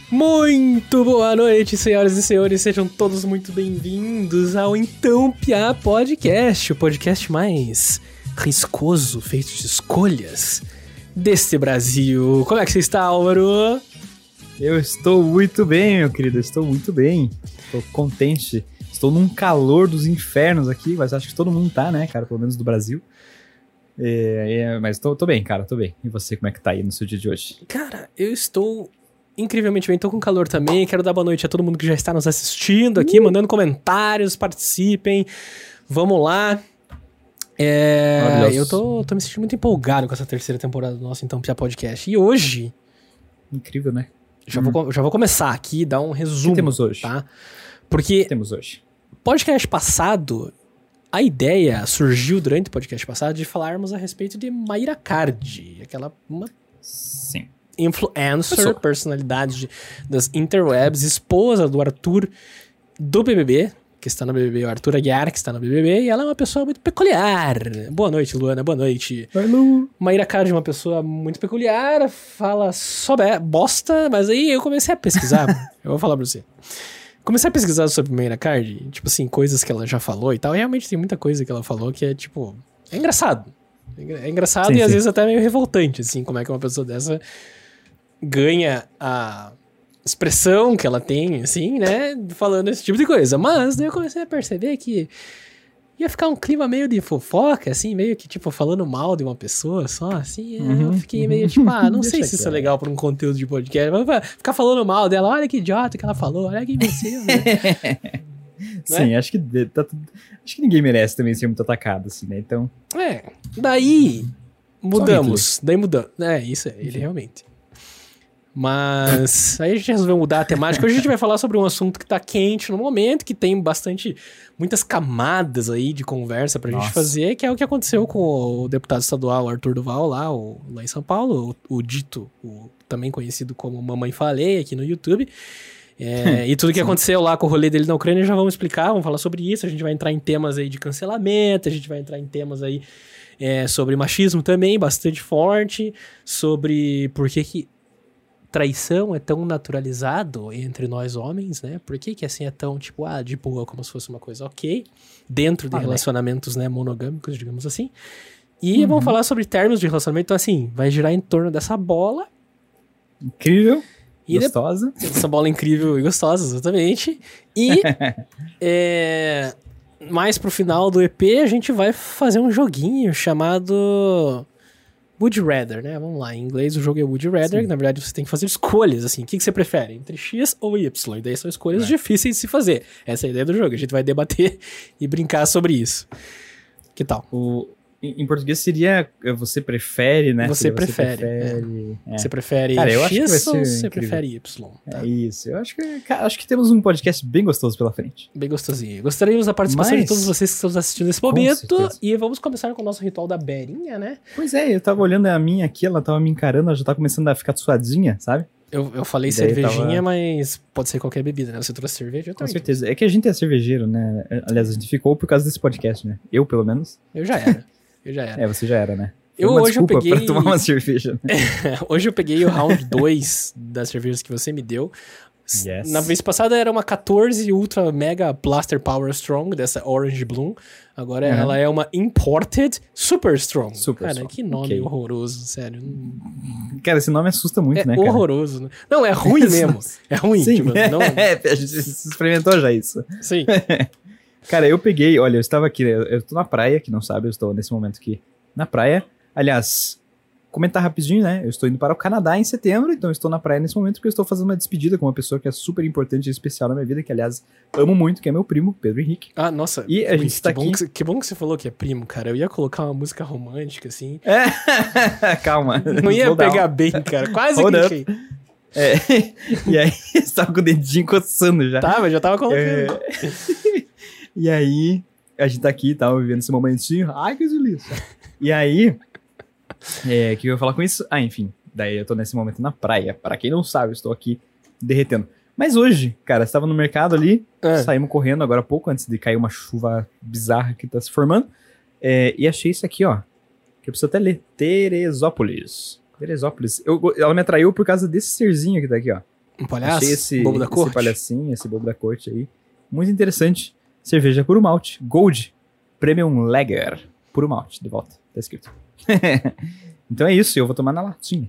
Muito boa noite, senhoras e senhores, sejam todos muito bem-vindos ao Então Piá Podcast, o podcast mais riscoso, feito de escolhas deste Brasil. Como é que você está, Álvaro? Eu estou muito bem, meu querido, estou muito bem, estou contente, estou num calor dos infernos aqui, mas acho que todo mundo tá, né, cara, pelo menos do Brasil. Mas tô bem, cara, tô bem. E você, como é que tá aí no seu dia de hoje? Cara, eu estou incrivelmente bem, tô com calor também, quero dar boa noite a todo mundo que já está nos assistindo aqui, mandando comentários, participem, vamos lá. Eu tô me sentindo muito empolgado com essa terceira temporada do nosso Então Piá Podcast, e hoje... Incrível, né? Já vou começar aqui, dar um resumo. O que temos hoje? Tá? Porque podcast passado, a ideia surgiu durante o podcast passado de falarmos a respeito de Mayra Card, Sim. Influencer, personalidade das interwebs, esposa do Arthur do BBB, que está no BBB, o Arthur Aguiar, que está no BBB, e ela é uma pessoa muito peculiar. Boa noite, Luana, boa noite. Oi, Lu. Mayra Card é uma pessoa muito peculiar, fala só bosta, mas aí eu comecei a pesquisar, eu vou falar pra você. Comecei a pesquisar sobre Mayra Card, tipo assim, coisas que ela já falou e tal, e realmente tem muita coisa que ela falou que é, tipo, é engraçado. É engraçado sim, e às vezes até meio revoltante, assim, como é que uma pessoa dessa ganha a expressão que ela tem, assim, né, falando esse tipo de coisa. Mas daí eu comecei a perceber que ia ficar um clima meio de fofoca, assim, meio que, tipo, falando mal de uma pessoa só, assim. Eu fiquei meio, tipo, não sei se isso é legal pra um conteúdo de podcast, mas ficar falando mal dela, olha que idiota que ela falou, olha que imbecil, né? Sim, acho que ninguém merece também ser muito atacado, assim, né, então... Daí mudamos, isso é, ele realmente... Mas aí a gente resolveu mudar a temática. Hoje a gente vai falar sobre um assunto que tá quente no momento, que tem muitas camadas aí de conversa pra gente fazer, que é o que aconteceu com o deputado estadual Arthur Duval lá em São Paulo, também conhecido como Mamãe Falei aqui no YouTube. E tudo que aconteceu lá com o rolê dele na Ucrânia já vamos explicar, vamos falar sobre isso. A gente vai entrar em temas aí de cancelamento, a gente vai entrar em temas aí sobre machismo também, bastante forte, sobre por que traição é tão naturalizado entre nós homens, né? Por que assim é tão, tipo, de boa, como se fosse uma coisa ok, dentro de relacionamentos, né, monogâmicos, digamos assim. E vamos falar sobre termos de relacionamento, então, assim, vai girar em torno dessa bola. Incrível, gostosa. Essa bola incrível e gostosa, exatamente. E, mais pro final do EP, a gente vai fazer um joguinho chamado... Would you rather, né? Vamos lá, em inglês o jogo é Would you rather, que na verdade você tem que fazer escolhas, assim, o que você prefere, entre X ou Y, e daí são escolhas difíceis de se fazer. Essa é a ideia do jogo, a gente vai debater e brincar sobre isso. Que tal? Em português seria você prefere, né? Você prefere. Você prefere cara, eu X acho que vai ser ou você incrível. prefere Y? Tá? É isso, eu acho que temos um podcast bem gostoso pela frente. Bem gostosinho. Gostaríamos da participação de todos vocês que estão assistindo nesse momento. E vamos começar com o nosso ritual da Berinha, né? Pois é, eu tava olhando a minha aqui, ela tava me encarando, ela já tá começando a ficar suadinha, sabe? Eu falei cervejinha, mas pode ser qualquer bebida, né? Você trouxe cerveja, eu também. Com certeza. É que a gente é cervejeiro, né? Aliás, a gente ficou por causa desse podcast, né? Eu, pelo menos. Eu já era. Você já era, né? Hoje eu peguei... pra tomar uma cerveja. Né? Hoje eu peguei o round 2 das cervejas que você me deu. Yes. Na vez passada era uma 14 Ultra Mega Blaster Power Strong, dessa Orange Bloom. Agora ela é uma Imported Super Strong. Cara, que nome horroroso, sério. Cara, esse nome assusta muito, né, cara? É horroroso. Né? Não, é ruim mesmo. É ruim. Sim, tipo, não... a gente experimentou já isso. Sim. Cara, eu peguei, olha, eu estava aqui, eu tô na praia, que não sabe, eu estou nesse momento aqui na praia. Aliás, comentar rapidinho, né, eu estou indo para o Canadá em setembro, então eu estou na praia nesse momento porque eu estou fazendo uma despedida com uma pessoa que é super importante e especial na minha vida, que aliás, amo muito, que é meu primo, Pedro Henrique. Ah, nossa. E a gente está aqui... Que bom que você falou que é primo, cara. Eu ia colocar uma música romântica, assim. Calma. Não ia pegar bem, cara. Quase cliquei. E aí, você tava com o dedinho coçando já. Tava, já tava colocando. E aí, a gente tá aqui, tá vivendo esse momentinho. Ai, que delícia. E aí, o que eu ia falar com isso? Enfim, daí eu tô nesse momento na praia. Para quem não sabe, eu estou aqui derretendo. Mas hoje, cara, estava no mercado ali, saímos correndo agora há pouco, antes de cair uma chuva bizarra que tá se formando. E achei isso aqui, ó, que eu preciso até ler. Teresópolis. Ela me atraiu por causa desse serzinho que tá aqui, ó. Um palhaço? Achei esse, Bobo da corte? esse palhacinho, esse bobo da corte aí. Muito interessante. Cerveja puro malte. Gold. Premium Lager. Puro malte. De volta. Tá escrito. Então é isso. Eu vou tomar na latinha.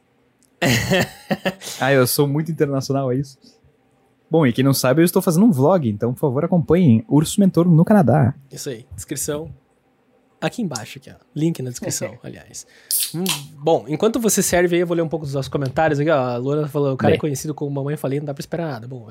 Eu sou muito internacional, é isso? Bom, e quem não sabe, eu estou fazendo um vlog. Então, por favor, acompanhem Urso Mentor no Canadá. Isso aí. Descrição aqui embaixo, aqui, ó. Link na descrição, aliás. Bom, enquanto você serve aí, eu vou ler um pouco dos nossos comentários aqui, ó. A Luana falou, o cara é conhecido como Mamãe Falei, não dá pra esperar nada. Bom,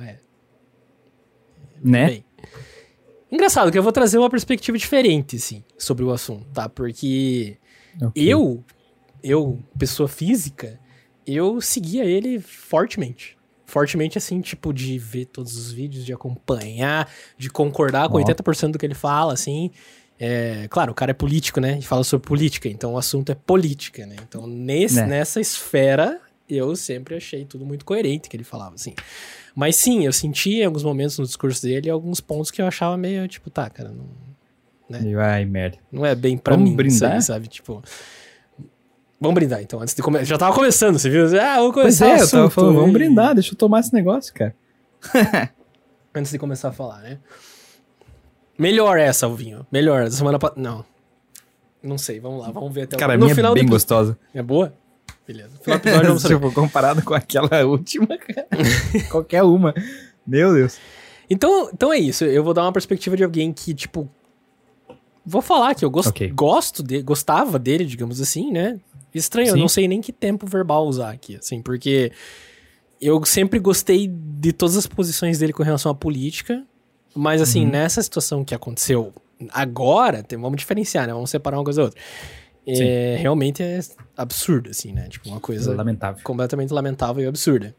Né? Bem. Engraçado que eu vou trazer uma perspectiva diferente, assim, sobre o assunto, tá? Porque eu, pessoa física, eu seguia ele fortemente. Fortemente, assim, tipo, de ver todos os vídeos, de acompanhar, de concordar com 80% do que ele fala, assim. Claro, o cara é político, né? E fala sobre política, então o assunto é política, né? Então, nessa esfera, eu sempre achei tudo muito coerente que ele falava, assim. Mas sim, eu senti em alguns momentos no discurso dele alguns pontos que eu achava meio, tipo, tá, cara, não... Né? Ai, merda. Não é bem pra mim, isso aí, sabe? Tipo... Vamos brindar, então, antes de começar. Já tava começando, você viu? Vamos começar o assunto. Eu tava falando, vamos brindar, deixa eu tomar esse negócio, cara. Antes de começar a falar, né? Melhor essa, o vinho. Melhor, da semana passada. Não sei, vamos lá, vamos ver até cara, no final. Cara, é bem gostosa. É boa? Beleza. No final do episódio vamos saber. Tipo, comparado com aquela última, cara. Qualquer uma. Meu Deus. Então é isso, eu vou dar uma perspectiva de alguém que, tipo... Vou falar que eu gostava dele, digamos assim, né? Estranho, eu não sei nem que tempo verbal usar aqui, assim, porque eu sempre gostei de todas as posições dele com relação à política, mas, assim, nessa situação que aconteceu agora, vamos diferenciar, né? Vamos separar uma coisa da outra. Realmente é absurdo, assim, né? Tipo, uma coisa lamentável. Completamente lamentável e absurda.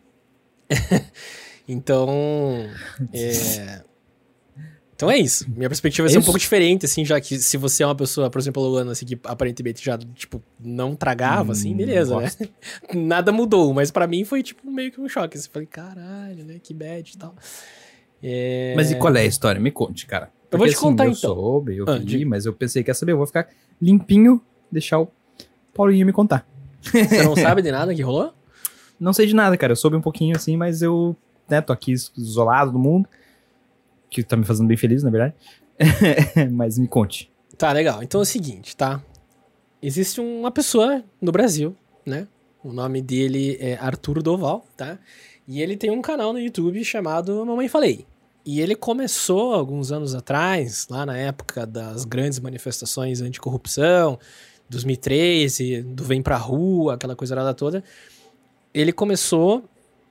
Então, Então é isso. Minha perspectiva vai ser um pouco diferente, assim, já que se você é uma pessoa, por exemplo, a Luana, assim, que aparentemente já, tipo, não tragava, assim, beleza, né? Nada mudou, mas pra mim foi, tipo, meio que um choque. Assim, falei, caralho, né? Que bad e tal. Mas e qual é a história? Me conte, cara. Porque, eu vou te contar, eu então. Eu vi, mas eu pensei, quer saber, eu vou ficar limpinho, deixar o Paulinho me contar. Você não sabe de nada que rolou? Não sei de nada, cara. Eu soube um pouquinho, assim, mas eu, né, tô aqui isolado do mundo. Que tá me fazendo bem feliz, na verdade. Mas me conte. Tá, legal. Então é o seguinte, tá? Existe uma pessoa no Brasil, né? O nome dele é Arthur Doval, tá? E ele tem um canal no YouTube chamado Mamãe Falei. E ele começou alguns anos atrás, lá na época das grandes manifestações anticorrupção, 2013, do Vem Pra Rua, aquela coisa lá toda. Ele começou...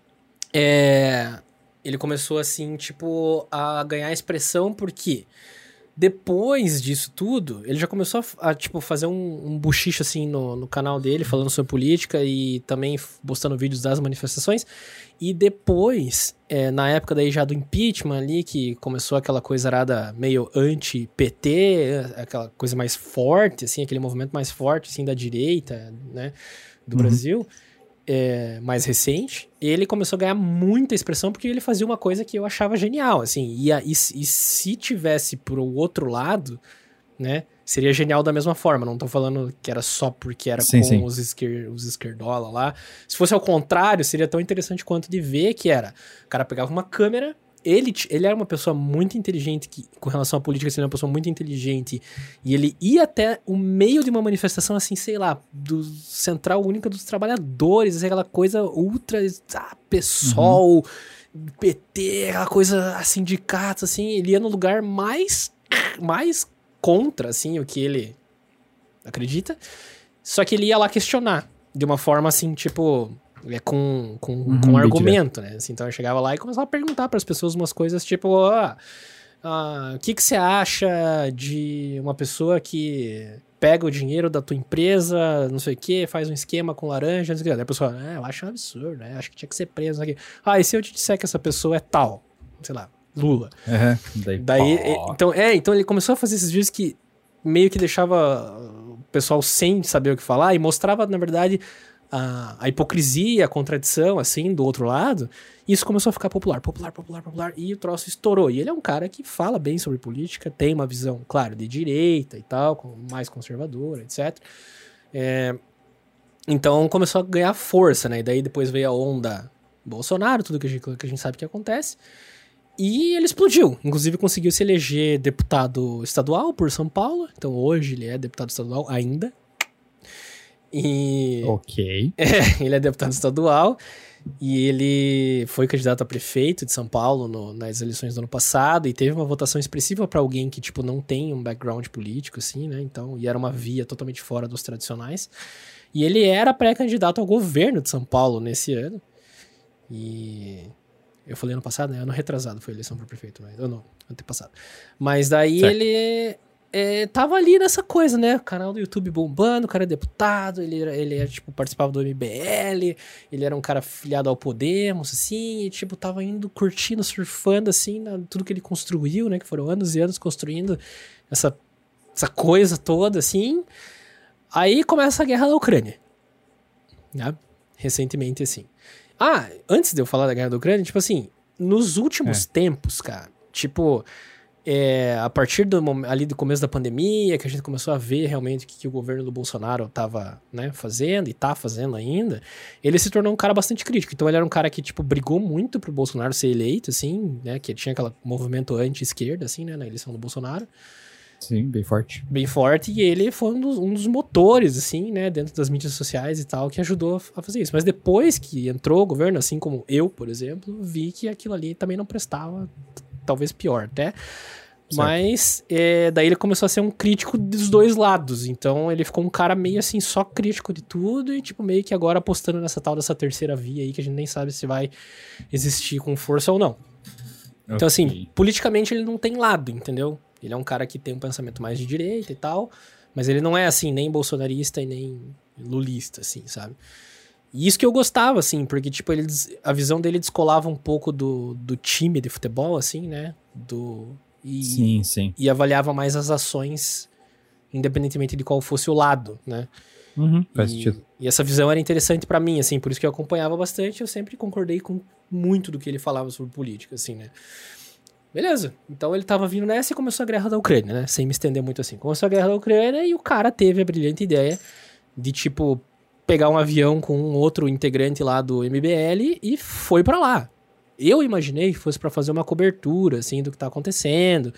assim, tipo, a ganhar expressão porque depois disso tudo, ele já começou a tipo, fazer um buchicho, assim, no canal dele, falando sobre política e também postando vídeos das manifestações. E depois, na época daí já do impeachment ali, que começou aquela coisa arada meio anti-PT, aquela coisa mais forte, assim, aquele movimento mais forte, assim, da direita, né, do Brasil... mais recente, ele começou a ganhar muita expressão porque ele fazia uma coisa que eu achava genial, assim, e se tivesse pro outro lado, né, seria genial da mesma forma, não tô falando que era só porque era com os esquerdola lá, se fosse ao contrário, seria tão interessante quanto de ver que era, o cara pegava uma câmera, ele era uma pessoa muito inteligente, que, com relação à política, ele era uma pessoa muito inteligente, e ele ia até o meio de uma manifestação, assim, sei lá, do Central Única dos Trabalhadores, aquela coisa ultra, PSOL, PT, aquela coisa, sindicatos, assim, ele ia no lugar mais contra, assim, o que ele acredita, só que ele ia lá questionar, de uma forma, assim, tipo... com argumento, né? Assim, então eu chegava lá e começava a perguntar para as pessoas umas coisas tipo, o que você acha de uma pessoa que pega o dinheiro da tua empresa, não sei o que, faz um esquema com laranja, não sei o que. Daí a pessoa, eu acho um absurdo, né? Acho que tinha que ser preso, não sei o que. E se eu te disser que essa pessoa é tal, sei lá, Lula. Então ele começou a fazer esses vídeos que meio que deixava o pessoal sem saber o que falar e mostrava, na verdade... A hipocrisia, a contradição, assim, do outro lado, e isso começou a ficar popular, e o troço estourou. E ele é um cara que fala bem sobre política, tem uma visão, claro, de direita e tal, mais conservadora, etc. Então começou a ganhar força, né? E daí depois veio a onda Bolsonaro, tudo que a gente sabe que acontece. E ele explodiu. Inclusive conseguiu se eleger deputado estadual por São Paulo. Então hoje ele é deputado estadual ainda. E... Ok. ele é deputado estadual. E ele foi candidato a prefeito de São Paulo nas eleições do ano passado. E teve uma votação expressiva pra alguém que, tipo, não tem um background político, assim, né? Então, e era uma via totalmente fora dos tradicionais. E ele era pré-candidato ao governo de São Paulo nesse ano. E... eu falei ano passado, né? Ano retrasado foi a eleição para prefeito, mas ano antepassado. Mas daí certo. ele tava ali nessa coisa, né? O canal do YouTube bombando, o cara é deputado, ele tipo, participava do MBL, ele era um cara filiado ao Podemos, assim, e tipo, tava indo, curtindo, surfando, assim, tudo que ele construiu, né? Que foram anos e anos construindo essa coisa toda, assim. Aí começa a guerra da Ucrânia, né? Recentemente, assim. Antes de eu falar da guerra da Ucrânia, tipo assim, nos últimos tempos, cara, tipo, a partir ali do começo da pandemia, que a gente começou a ver realmente o que o governo do Bolsonaro tava, né, fazendo e tá fazendo ainda, ele se tornou um cara bastante crítico. Então ele era um cara que, tipo, brigou muito pro Bolsonaro ser eleito, assim, né, que tinha aquele movimento anti-esquerda, assim, né, na eleição do Bolsonaro. Sim, bem forte. Bem forte, e ele foi um dos motores, assim, né, dentro das mídias sociais e tal, que ajudou a fazer isso. Mas depois que entrou o governo, assim como eu, por exemplo, vi que aquilo ali também não prestava, talvez pior até. Certo. Mas daí ele começou a ser um crítico dos dois lados. Então ele ficou um cara meio assim, só crítico de tudo e tipo meio que agora apostando nessa tal dessa terceira via aí, que a gente nem sabe se vai existir com força ou não. Então assim, politicamente ele não tem lado, entendeu? Ele é um cara que tem um pensamento mais de direita e tal, mas ele não é, assim, nem bolsonarista e nem lulista, assim, sabe? E isso que eu gostava, assim, porque, tipo, a visão dele descolava um pouco do time de futebol, assim, né? Sim. E avaliava mais as ações, independentemente de qual fosse o lado, né? Faz sentido. E essa visão era interessante pra mim, assim, por isso que eu acompanhava bastante, eu sempre concordei com muito do que ele falava sobre política, assim, né? Beleza, então ele tava vindo nessa e começou a guerra da Ucrânia, né? Sem me estender muito assim. Começou a guerra da Ucrânia e o cara teve a brilhante ideia de, tipo, pegar um avião com um outro integrante lá do MBL e foi pra lá. Eu imaginei que fosse pra fazer uma cobertura, assim, do que tá acontecendo.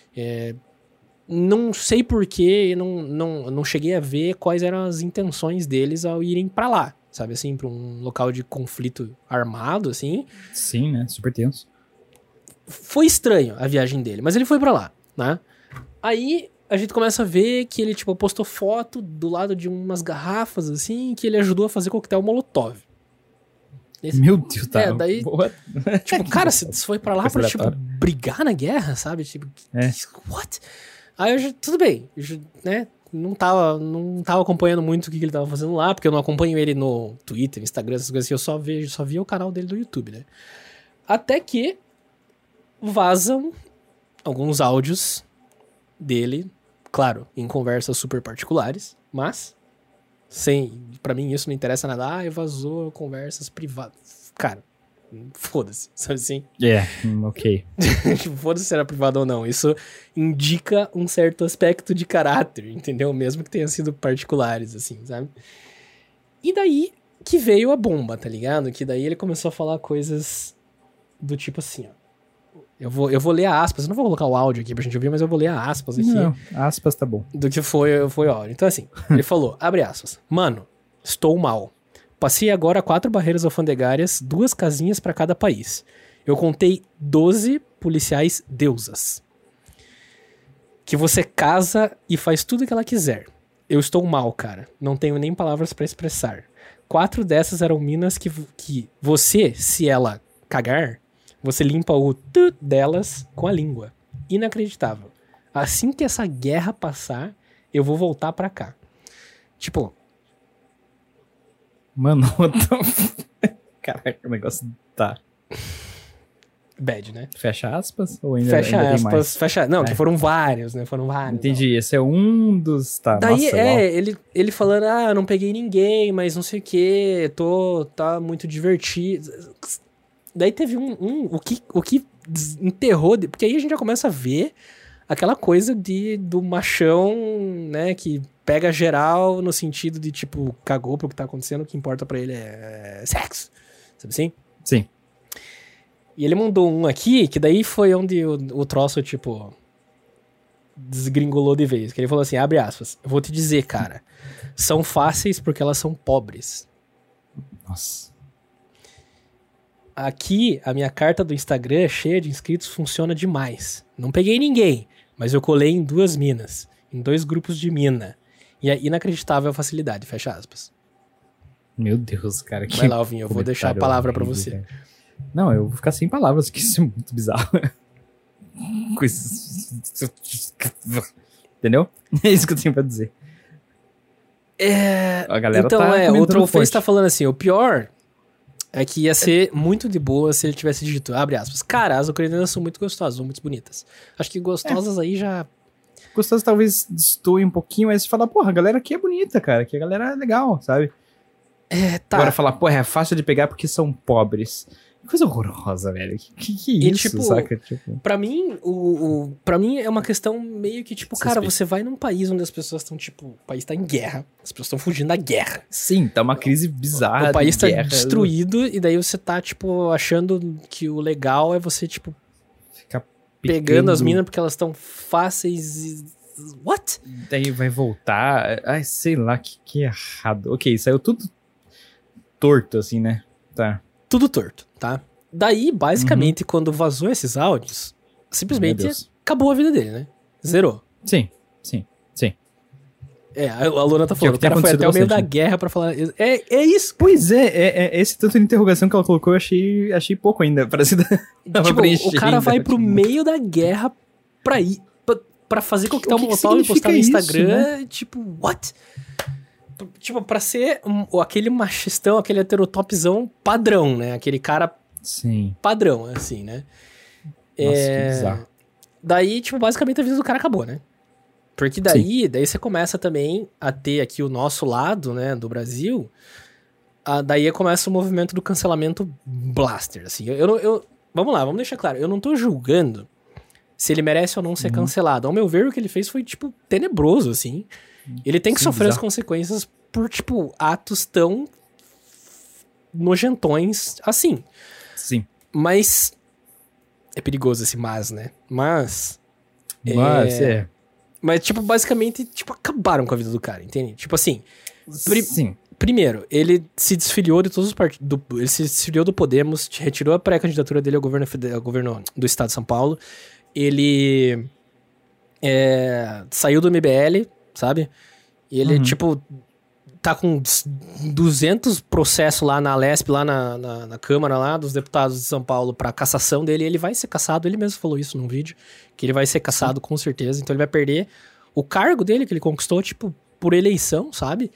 Não sei porquê, não cheguei a ver quais eram as intenções deles ao irem pra lá, sabe? Assim, pra um local de conflito armado, assim. Sim, né? Super tenso. Foi estranho a viagem dele, mas ele foi pra lá, né? Aí a gente começa a ver que ele, tipo, postou foto do lado de umas garrafas, assim, que ele ajudou a fazer coquetel Molotov. Meu Deus, tá. Daí, tipo, cara, você foi pra lá pra, tipo, brigar na guerra, sabe? Tipo, what? Aí tudo bem, né? Não tava acompanhando muito o que ele tava fazendo lá, porque eu não acompanho ele no Twitter, Instagram, essas coisas assim, eu só via o canal dele do YouTube, né? Até que vazam alguns áudios dele, claro, em conversas super particulares, mas pra mim isso não interessa nada. Vazou conversas privadas. Cara, foda-se, sabe assim? Ok. Foda-se se era privado ou não. Isso indica um certo aspecto de caráter, entendeu? Mesmo que tenha sido particulares, assim, sabe? E daí que veio a bomba, tá ligado? Que daí ele começou a falar coisas do tipo assim, ó. Eu vou ler a aspas, eu não vou colocar o áudio aqui pra gente ouvir, mas eu vou ler a aspas aqui. Não, aspas tá bom. Do que foi o áudio. Então assim, ele falou, abre aspas. Mano, estou mal. Passei agora 4 barreiras alfandegárias, 2 casinhas pra cada país. Eu contei 12 policiais deusas. Que você casa e faz tudo o que ela quiser. Eu estou mal, cara. Não tenho nem palavras pra expressar. 4 dessas eram minas que você, se ela cagar, você limpa o tu delas com a língua. Inacreditável. Assim que essa guerra passar, eu vou voltar pra cá. Tipo... Mano, caraca, o negócio tá... Bad, né? Fecha aspas? Ou ainda, fecha ainda aspas, tem mais? fecha... Não, que foram vários, né? Foram vários. Entendi, esse é um dos... Tá, daí, nossa, ele falando, não peguei ninguém, mas não sei o que, tá muito divertido. Daí teve o que enterrou, porque aí a gente já começa a ver aquela coisa do machão, né, que pega geral no sentido de, tipo, cagou pro que tá acontecendo, o que importa pra ele é sexo, sabe assim? Sim. E ele mandou um aqui, que daí foi onde o troço, tipo, desgringolou de vez. Que ele falou assim, abre aspas, eu vou te dizer, cara, são fáceis porque elas são pobres. Nossa. Aqui, a minha carta do Instagram, cheia de inscritos, funciona demais. Não peguei ninguém, mas eu colei em 2 minas, em 2 grupos de mina. E é inacreditável a facilidade, fecha aspas. Meu Deus, cara. Que Vai lá, Alvinho, eu vou deixar a palavra pra horrível, você. cara. Não, eu vou ficar sem palavras, que isso é muito bizarro. Coisas... Entendeu? É isso que eu tenho pra dizer. A galera então, tá o comentando Trollface forte. tá falando assim, o pior é que ia ser muito de boa se ele tivesse dito, abre aspas, cara, as ucranianas são muito gostosas, são muito bonitas. Acho que gostosas aí já... Gostoso talvez destoe um pouquinho, mas falar, porra, a galera aqui é bonita, cara, que a galera é legal, sabe? Tá. Agora falar, porra, é fácil de pegar porque são pobres. Coisa horrorosa, velho. Que E, isso, tipo, saca? Tipo... Pra mim, pra mim é uma questão meio que, tipo, cara, você vai num país onde as pessoas estão, tipo, o país tá em guerra, as pessoas estão fugindo da guerra. Sim, tá uma crise bizarra. O país de tá guerra. destruído e daí você tá, tipo, achando que o legal é você, tipo, Ficar pegando as minas porque elas estão fáceis e... What? Daí vai voltar. Ai, sei lá, que errado. Ok, saiu tudo torto, assim, né? Tá. Tudo torto, tá? Daí, basicamente, quando vazou esses áudios, simplesmente Meu Deus. acabou a vida dele, né? Zerou. Sim. A Luna tá Que é falando, o o que tem cara foi até o meio acontecido da bastante, guerra pra falar... É isso. Pois esse tanto de interrogação que ela colocou, eu achei pouco ainda. Parece que tava Tipo, o preenchendo, cara vai pro tipo, meio da guerra pra ir... Pra fazer coquetel O que que molotov e postar no significa Instagram, isso, tipo, what? Tipo, pra ser aquele machistão, aquele heterotopzão padrão, né? Aquele cara Sim. padrão, assim, né? Nossa, que bizarro. Daí, tipo, basicamente a vida do cara acabou, né? Porque daí você começa também a ter aqui o nosso lado, né, do Brasil, daí começa o movimento do cancelamento blaster, assim. Vamos lá, vamos deixar claro, eu não tô julgando se ele merece ou não ser cancelado. Ao meu ver, o que ele fez foi, tipo, tenebroso, assim. Ele tem que sofrer as consequências por, tipo, atos tão nojentões assim. Sim. Mas é perigoso esse mas, né? Mas, tipo, basicamente, tipo, acabaram com a vida do cara, entende? Tipo assim, Sim. primeiro, ele se desfiliou de todos os partidos, ele se desfiliou do Podemos, retirou a pré-candidatura dele ao governo do estado de São Paulo, ele saiu do MBL, sabe? E ele, tipo, tá com 200 processos lá na Alesp, lá na Câmara lá dos deputados de São Paulo pra cassação dele. Ele vai ser cassado, ele mesmo falou isso num vídeo, que ele vai ser cassado com certeza. Então ele vai perder o cargo dele que ele conquistou, tipo, por eleição, sabe?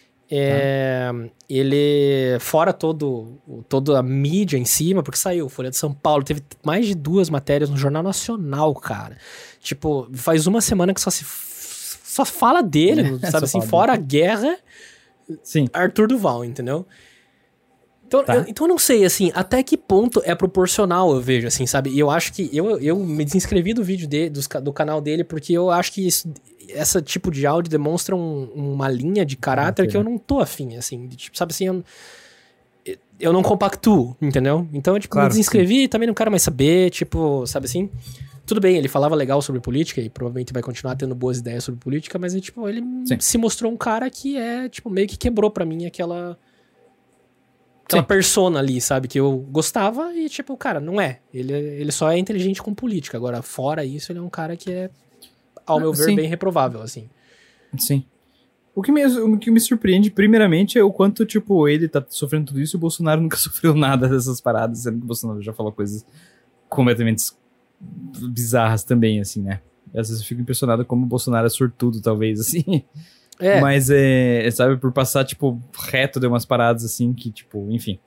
Ele, fora toda a mídia em cima, porque saiu Folha de São Paulo, teve mais de 2 matérias no Jornal Nacional, cara. Tipo, faz uma semana que só fala dele, sabe assim, fora a guerra, Arthur Duval, entendeu? Então, eu não sei, assim, até que ponto é proporcional, eu vejo, assim, sabe? E eu acho que eu me desinscrevi do vídeo do canal dele, porque eu acho que esse tipo de áudio demonstra uma linha de caráter que eu não tô afim, assim, de, tipo, sabe assim, eu não compactuo, entendeu? Então eu, tipo, me desinscrevi e também não quero mais saber, tipo, sabe assim? Tudo bem, ele falava legal sobre política e provavelmente vai continuar tendo boas ideias sobre política, mas tipo, ele se mostrou um cara que tipo, meio que quebrou pra mim aquela persona ali, sabe? Que eu gostava e, tipo, cara, não é. Ele só é inteligente com política. Agora, fora isso, ele é um cara que é, ao meu ver, bem reprovável, assim. Sim. O que me surpreende, primeiramente, é o quanto, tipo, ele tá sofrendo tudo isso e o Bolsonaro nunca sofreu nada dessas paradas, sendo que o Bolsonaro já falou coisas completamente bizarras também, assim, né? Às vezes eu fico impressionado como o Bolsonaro é sortudo, talvez, assim. Mas, sabe, por passar, tipo, reto de umas paradas, assim, que, tipo, enfim.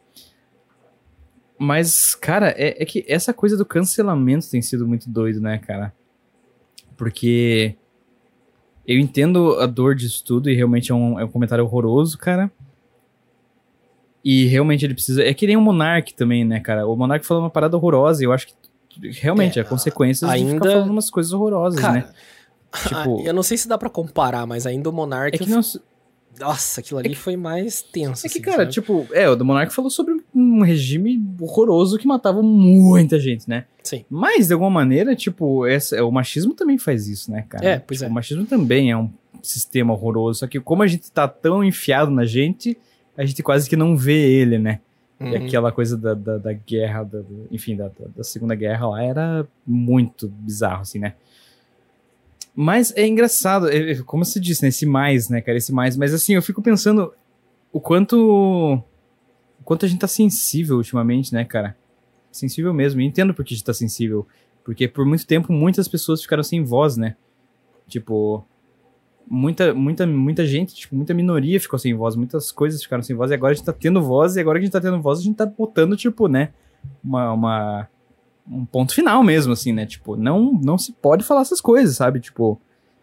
Mas, cara, é que essa coisa do cancelamento tem sido muito doido, né, cara? Porque eu entendo a dor disso tudo e realmente é um comentário horroroso, cara. E realmente ele precisa... É que nem o Monark também, né, cara? O Monark falou uma parada horrorosa e eu acho que realmente é consequências de ficar falando umas coisas horrorosas, cara, né? Tipo, eu não sei se dá pra comparar, mas ainda o Monark... É que não... Nossa, aquilo ali foi mais tenso. É que, assim, cara, sabe? tipo... o do Monark falou sobre um regime horroroso que matava muita gente, né? Sim. Mas, de alguma maneira, tipo, o machismo também faz isso, né, cara? Pois Tipo, é. o machismo também é um sistema horroroso, só que como a gente tá tão enfiado na gente, a gente quase que não vê ele, né? E aquela coisa da guerra, enfim, da Segunda Guerra lá era muito bizarro, assim, né? Mas é engraçado, como você disse, né? Esse mais, né, cara? Esse mais. Mas assim, eu fico pensando o quanto a gente tá sensível ultimamente, né, cara? Sensível mesmo. E entendo por que a gente tá sensível. Porque por muito tempo, muitas pessoas ficaram sem voz, né? Tipo, muita gente, tipo, muita minoria ficou sem voz, muitas coisas ficaram sem voz, e agora a gente tá tendo voz, e agora que a gente tá tendo voz, a gente tá botando, tipo, né, um ponto final mesmo, assim, né, tipo, não se pode falar essas coisas, sabe, tipo...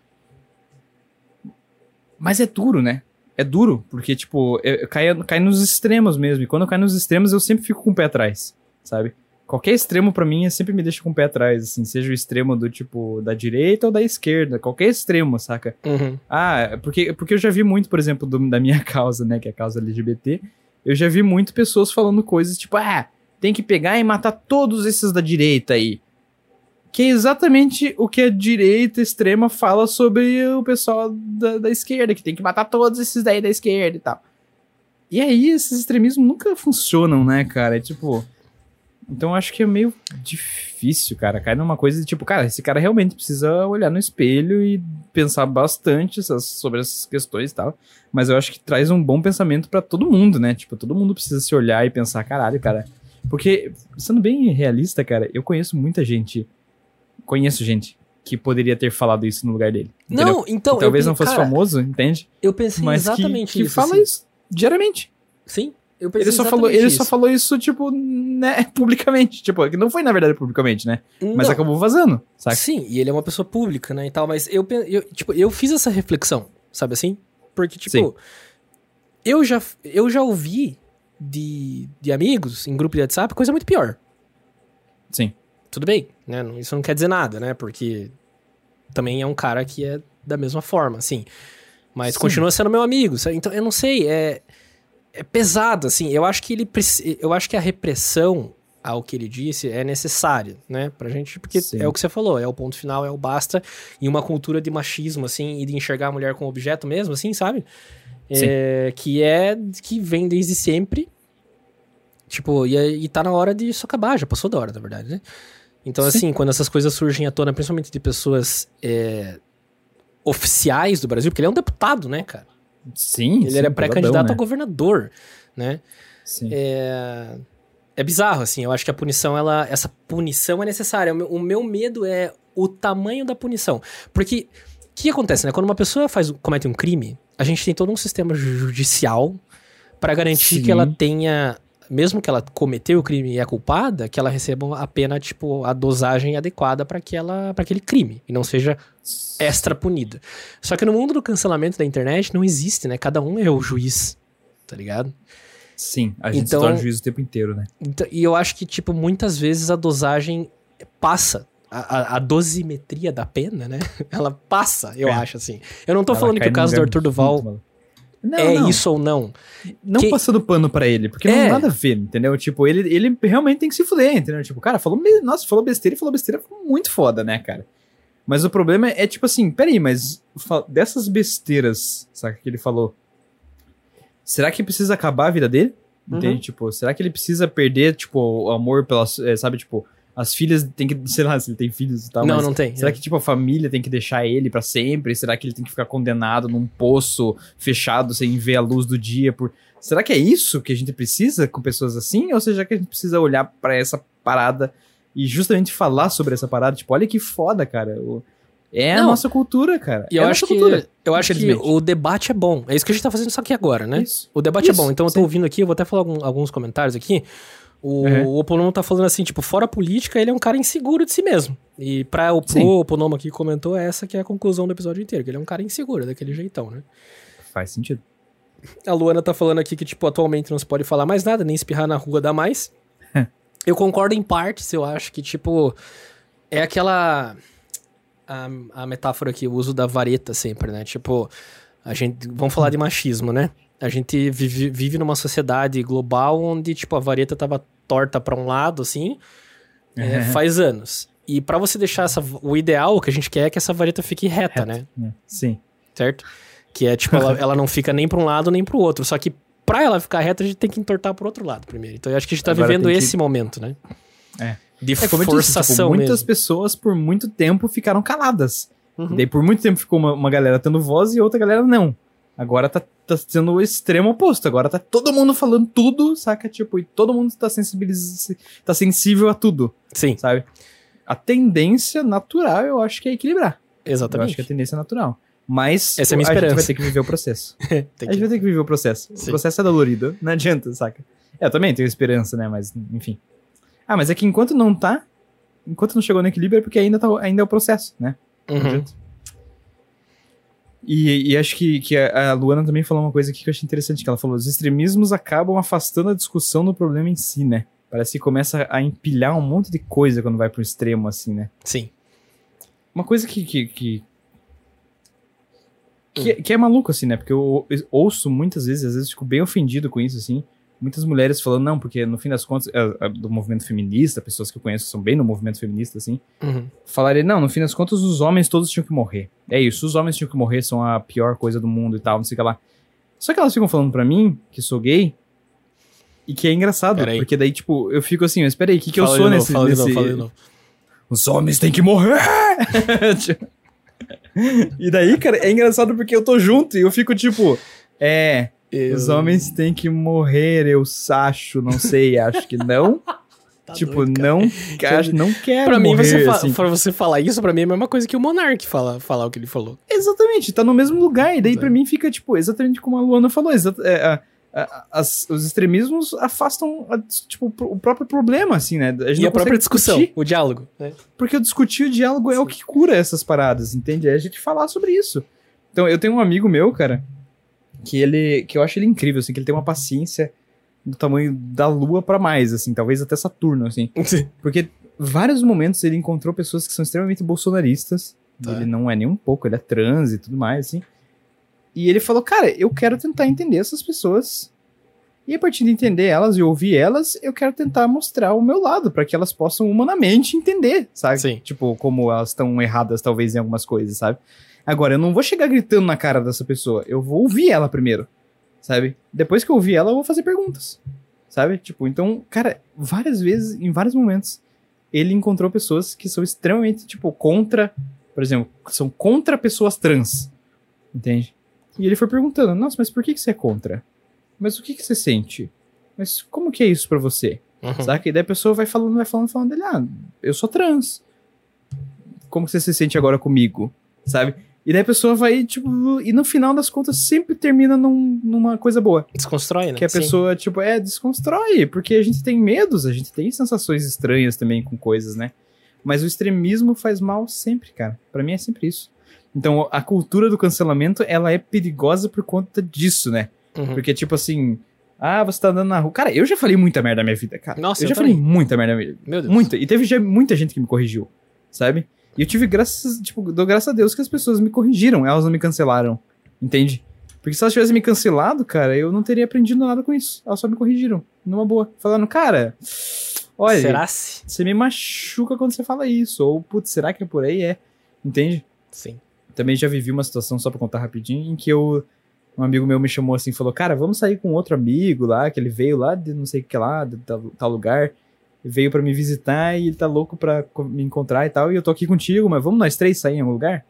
Mas é duro, né? É duro, porque, tipo, cai nos extremos mesmo, e quando cai nos extremos eu sempre fico com o pé atrás, sabe? Qualquer extremo pra mim sempre me deixa com o pé atrás, assim, seja o extremo do tipo da direita ou da esquerda, qualquer extremo, saca? Porque eu já vi muito, por exemplo, da minha causa, né, que é a causa LGBT, eu já vi muito pessoas falando coisas tipo, tem que pegar e matar todos esses da direita aí. Que é exatamente o que a direita extrema fala sobre o pessoal da esquerda, que tem que matar todos esses daí da esquerda e tal. E aí, esses extremismos nunca funcionam, né, cara? É tipo... Então eu acho que é meio difícil, cara. Cai numa coisa de tipo, cara, esse cara realmente precisa olhar no espelho e pensar bastante sobre essas questões e tal. Mas eu acho que traz um bom pensamento pra todo mundo, né? Tipo, todo mundo precisa se olhar e pensar, caralho, cara. Porque, sendo bem realista, cara, eu conheço muita gente. Conheço gente que poderia ter falado isso no lugar dele. Entendeu? Não, então... Que talvez não fosse famoso, entende? Eu pensei mas exatamente que isso. fala assim. isso diariamente. Sim, eu pensei Ele só falou isso, tipo, né, publicamente. Tipo, que não foi, na verdade, publicamente, né? Mas Não. acabou vazando, saca? Sim, e ele é uma pessoa pública, né, e tal, mas eu fiz essa reflexão, sabe assim? Porque, tipo, Sim. eu já ouvi de amigos em grupo de WhatsApp coisa muito pior. Sim. Tudo bem, né? Isso não quer dizer nada, né? Porque também é um cara que é da mesma forma, assim. Mas Sim. continua sendo meu amigo, sabe? Então, eu não sei, é pesado, assim. Eu acho que a repressão ao que ele disse é necessária, né? Pra gente, porque Sim. é o que você falou, é o ponto final, é o basta. E uma cultura de machismo, assim, e de enxergar a mulher como objeto mesmo, assim, sabe? Que vem desde sempre. Tipo, e tá na hora de isso acabar, já passou da hora, na verdade, né? Então, Sim. assim, quando essas coisas surgem à tona, principalmente de pessoas oficiais do Brasil, porque ele é um deputado, né, cara? Sim, Ele era pré-candidato né? a governador, né? Sim. É bizarro, assim, eu acho que a punição, essa punição é necessária. O meu medo é o tamanho da punição. Porque, o que acontece, né? Quando uma pessoa comete um crime, a gente tem todo um sistema judicial pra garantir Sim. que ela tenha... Mesmo que ela cometeu o crime e é culpada, que ela receba a pena, tipo, a dosagem adequada pra aquele crime. E não seja extra punida. Só que no mundo do cancelamento da internet não existe, né? Cada um é o juiz, tá ligado? Sim, a gente Então- se torna juiz o tempo inteiro, né? Então, e eu acho que, tipo, muitas vezes a dosagem passa. A dosimetria da pena, né? Ela passa, eu acho, assim. Eu não tô Ela falando que cai o caso num do lugar Arthur muito Duval maluco. é isso ou não. Não Que- passando pano pra ele, porque não tem nada a ver, entendeu? Tipo, ele realmente tem que se fuder, entendeu? Tipo, cara, falou besteira e falou besteira muito foda, né, cara? Mas o problema é tipo assim, peraí, mas dessas besteiras, saca, que ele falou, será que precisa acabar a vida dele? Entende? Uhum. Tipo, será que ele precisa perder, tipo, o amor pelas, sabe, tipo, as filhas tem que, sei lá, se ele tem filhos e tal, Não, mas não tem. será que, tipo, a família tem que deixar ele pra sempre? Será que ele tem que ficar condenado num poço fechado sem ver a luz do dia por... Será que é isso que a gente precisa com pessoas assim? Ou seja, que a gente precisa olhar pra essa parada e justamente falar sobre essa parada? Tipo, olha que foda, cara. É a Não. nossa cultura, cara. E é eu a acho nossa que, cultura. eu acho que infelizmente. o debate é bom. É isso que a gente tá fazendo só aqui agora, né? Isso. O debate é Isso, bom. Então eu tô sim. ouvindo aqui, eu vou até falar alguns comentários aqui. Uhum. O Oponomo tá falando assim, tipo, fora a política, ele é um cara inseguro de si mesmo. E Sim. o Oponomo aqui comentou, essa que é a conclusão do episódio inteiro, que ele é um cara inseguro, daquele jeitão, né? Faz sentido. A Luana tá falando aqui que, tipo, atualmente não se pode falar mais nada, nem espirrar na rua dá mais. Eu concordo em partes, eu acho que, tipo, é aquela... A metáfora aqui, o uso da vareta sempre, né? Tipo, vamos falar de machismo, né? A gente vive numa sociedade global onde, tipo, a vareta tava torta pra um lado, assim, faz anos. E pra você deixar o ideal, o que a gente quer é que essa vareta fique reta, né? Sim. Certo? Que é, tipo, ela não fica nem pra um lado nem pro outro. Só que pra ela ficar reta, a gente tem que entortar pro outro lado primeiro. Então eu acho que a gente tá vivendo esse momento, né? De como eu disse, forçação muitas mesmo. pessoas por muito tempo ficaram caladas. Uhum. E daí por muito tempo ficou uma galera tendo voz e outra galera não. Agora tá sendo o extremo oposto. Agora tá todo mundo falando tudo, saca? Tipo, e todo mundo tá tá sensível a tudo. Sim. Sabe? A tendência natural, eu acho que é equilibrar. Exatamente. Eu acho que a tendência é natural. Mas essa é a minha a gente esperança. vai ter que viver o processo. A gente vai ter que viver o processo. Sim. O processo é dolorido. Não adianta, saca? Eu também tenho esperança, né? Mas, enfim. Mas é que enquanto não chegou no equilíbrio, é porque ainda é o processo, né? Não adianta. E acho que a Luana também falou uma coisa aqui que eu achei interessante, que ela falou, os extremismos acabam afastando a discussão do problema em si, né? Parece que começa a empilhar um monte de coisa quando vai pro extremo, assim, né? Sim. Uma coisa que é maluco, assim, né? Porque eu ouço muitas vezes, às vezes fico bem ofendido com isso, assim. Muitas mulheres falando, não, porque no fim das contas, do movimento feminista, pessoas que eu conheço que são bem no movimento feminista, assim, falarem, não, no fim das contas, os homens todos tinham que morrer. É isso, os homens tinham que morrer, são a pior coisa do mundo e tal, não sei o que lá. Só que elas ficam falando pra mim, que sou gay, e que é engraçado, porque daí, tipo, eu fico assim, mas peraí, o que eu sou nesse... Fala de novo. Os homens têm que morrer! E daí, cara, é engraçado porque eu tô junto e eu fico tipo, os homens têm que morrer, eu acho, não sei, acho que não. Tá tipo, doido, não quero pra morrer. Mim, assim. Pra você falar isso, pra mim é a mesma coisa que o Monark falar o que ele falou. Exatamente, tá no mesmo lugar. E daí pra mim fica, tipo, exatamente como a Luana falou. Os extremismos afastam, tipo, o próprio problema, assim, né? A própria discussão, o diálogo. Né? Porque o diálogo é o que cura essas paradas, entende? É a gente falar sobre isso. Então, eu tenho um amigo meu, cara, que eu acho ele incrível, assim, que ele tem uma paciência do tamanho da Lua pra mais, assim, talvez até Saturno, assim. Sim. Porque vários momentos ele encontrou pessoas que são extremamente bolsonaristas, ele não é nem um pouco, ele é trans e tudo mais, assim. E ele falou, cara, eu quero tentar entender essas pessoas. E a partir de entender elas e ouvir elas, eu quero tentar mostrar o meu lado, pra que elas possam humanamente entender, sabe? Sim. Tipo, como elas estão erradas, talvez, em algumas coisas, sabe? Agora, eu não vou chegar gritando na cara dessa pessoa, eu vou ouvir ela primeiro, sabe? Depois que eu ouvir ela, eu vou fazer perguntas, sabe? Tipo, então, cara, várias vezes, em vários momentos, ele encontrou pessoas que são extremamente, tipo, contra, por exemplo, são contra pessoas trans, entende? E ele foi perguntando, nossa, mas por que você é contra? Mas o que você sente? Mas como que é isso pra você? Saca? E daí a pessoa vai falando dele, eu sou trans. Como que você se sente agora comigo? Sabe? E daí a pessoa vai, tipo, e no final das contas sempre termina numa coisa boa. Desconstrói, né? Que a pessoa, tipo, desconstrói, porque a gente tem medos, a gente tem sensações estranhas também com coisas, né? Mas o extremismo faz mal sempre, cara. Pra mim é sempre isso. Então, a cultura do cancelamento, ela é perigosa por conta disso, né? Porque, tipo assim, você tá andando na rua. Cara, eu já falei muita merda na minha vida, cara. Nossa, eu já falei muita merda na minha vida. Meu Deus. Muita. E teve já muita gente que me corrigiu, sabe? E eu tive dou graças a Deus que as pessoas me corrigiram, elas não me cancelaram, entende? Porque se elas tivessem me cancelado, cara, eu não teria aprendido nada com isso. Elas só me corrigiram, numa boa. Falando, cara, olha, será-se? Você me machuca quando você fala isso. Ou, putz, será que é por aí? Entende? Sim. Também já vivi uma situação, só pra contar rapidinho, em que um amigo meu me chamou assim, falou, cara, vamos sair com outro amigo lá, que ele veio lá de não sei o que lá, de tal lugar, veio pra me visitar e ele tá louco pra me encontrar e tal, e eu tô aqui contigo, mas vamos nós três sair em algum lugar?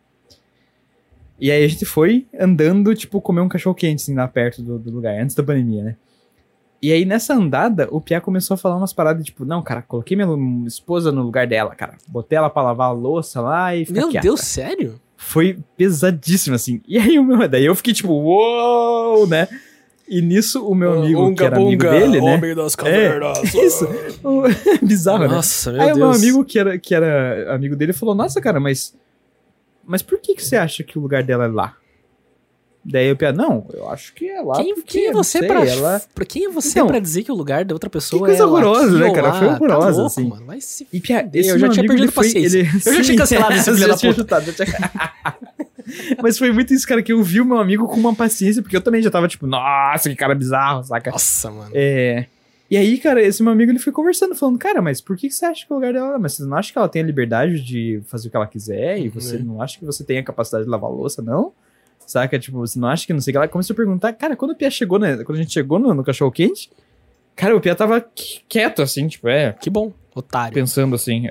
E aí a gente foi andando, tipo, comer um cachorro-quente, assim, lá perto do lugar, antes da pandemia, né? E aí nessa andada, o Piá começou a falar umas paradas, tipo, não, cara, coloquei minha esposa no lugar dela, cara, botei ela pra lavar a louça lá e fica Meu quieta. Deus, sério? Foi pesadíssimo, assim. E aí daí eu fiquei tipo, uou, né? E nisso o meu amigo, que era amigo dele, né? Homem das cavernas. Isso. Bizarro, nossa, né? Meu aí Deus. o meu amigo, que era amigo dele, falou, nossa, cara, mas por que você acha que o lugar dela é lá? Daí eu pensei, não, eu acho que é lá. Quem é você quem é você então, pra dizer que o lugar da outra pessoa que coisa é horrorosa, né, cara? Lá? Foi horrorosa, tá louco, assim. Mano. Vai se E Pia, eu já tinha perdido paciência. Eu já tinha cancelado esse filho da puta. Mas foi muito isso, cara, que eu vi o meu amigo com uma paciência, porque eu também já tava tipo, nossa, que cara bizarro, saca? Nossa, mano. E aí, cara, esse meu amigo, ele foi conversando, falando, cara, mas por que você acha que é o lugar dela? Mas você não acha que ela tem a liberdade de fazer o que ela quiser? E você não acha que você tem a capacidade de lavar louça, não? Saca? Tipo, você não acha que não sei o que? Ela começou a perguntar, cara, quando o Pia chegou, né? Quando a gente chegou no cachorro quente, cara, o Pia tava quieto, assim, tipo, Que bom, otário. pensando assim,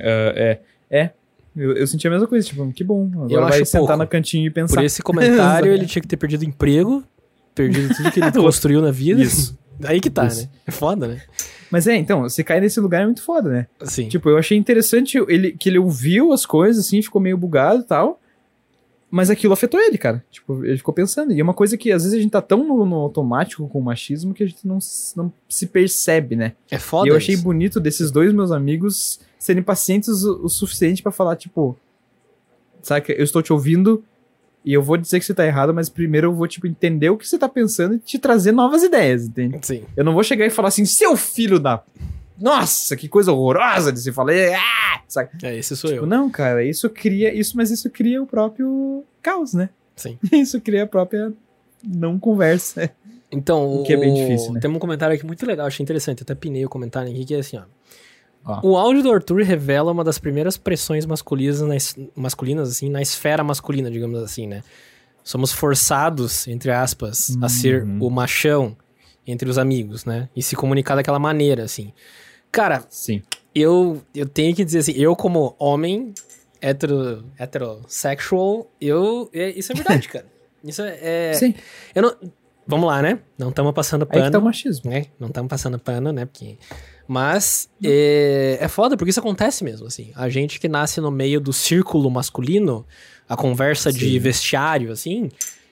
eu senti a mesma coisa, tipo, que bom, Eu agora vai acho sentar pouco. no cantinho e pensar. Por esse comentário, ele tinha que ter perdido emprego, perdido tudo que ele construiu na vida. Isso. Aí que tá, Isso. né? É foda, né? Mas então, você cair nesse lugar é muito foda, né? Assim. Tipo, eu achei interessante que ele ouviu as coisas, assim, ficou meio bugado e tal, mas aquilo afetou ele, cara. Tipo, ele ficou pensando. E é uma coisa que, às vezes, a gente tá tão no automático com o machismo que a gente não se percebe, né? É foda E eu achei isso. bonito desses dois meus amigos serem pacientes o suficiente pra falar, tipo, sabe, eu estou te ouvindo e eu vou dizer que você tá errado, mas primeiro eu vou, tipo, entender o que você tá pensando e te trazer novas ideias, entende? Sim. Eu não vou chegar e falar assim, seu filho da... Nossa, que coisa horrorosa de se falar. Sabe? Esse sou Tipo, eu. não, cara, mas isso cria o próprio caos, né? Sim. Isso cria a própria não conversa. Então, O que é bem difícil, né? Tem um comentário aqui muito legal, achei interessante. Eu até pinei o comentário aqui, que é assim, ó. Ó. O áudio do Arthur revela uma das primeiras pressões masculinas, assim, na esfera masculina, digamos assim, né? Somos forçados, entre aspas, a ser o machão entre os amigos, né? E se comunicar daquela maneira, assim. Cara, Sim. eu tenho que dizer assim, eu como homem heterosexual, isso é verdade, cara. Isso Sim. eu não, vamos lá, né? Não estamos passando Aí que tá o pano, machismo. né? Não estamos passando pano, né? Mas é foda porque isso acontece mesmo, assim. A gente que nasce no meio do círculo masculino, a conversa de Sim. vestiário, assim,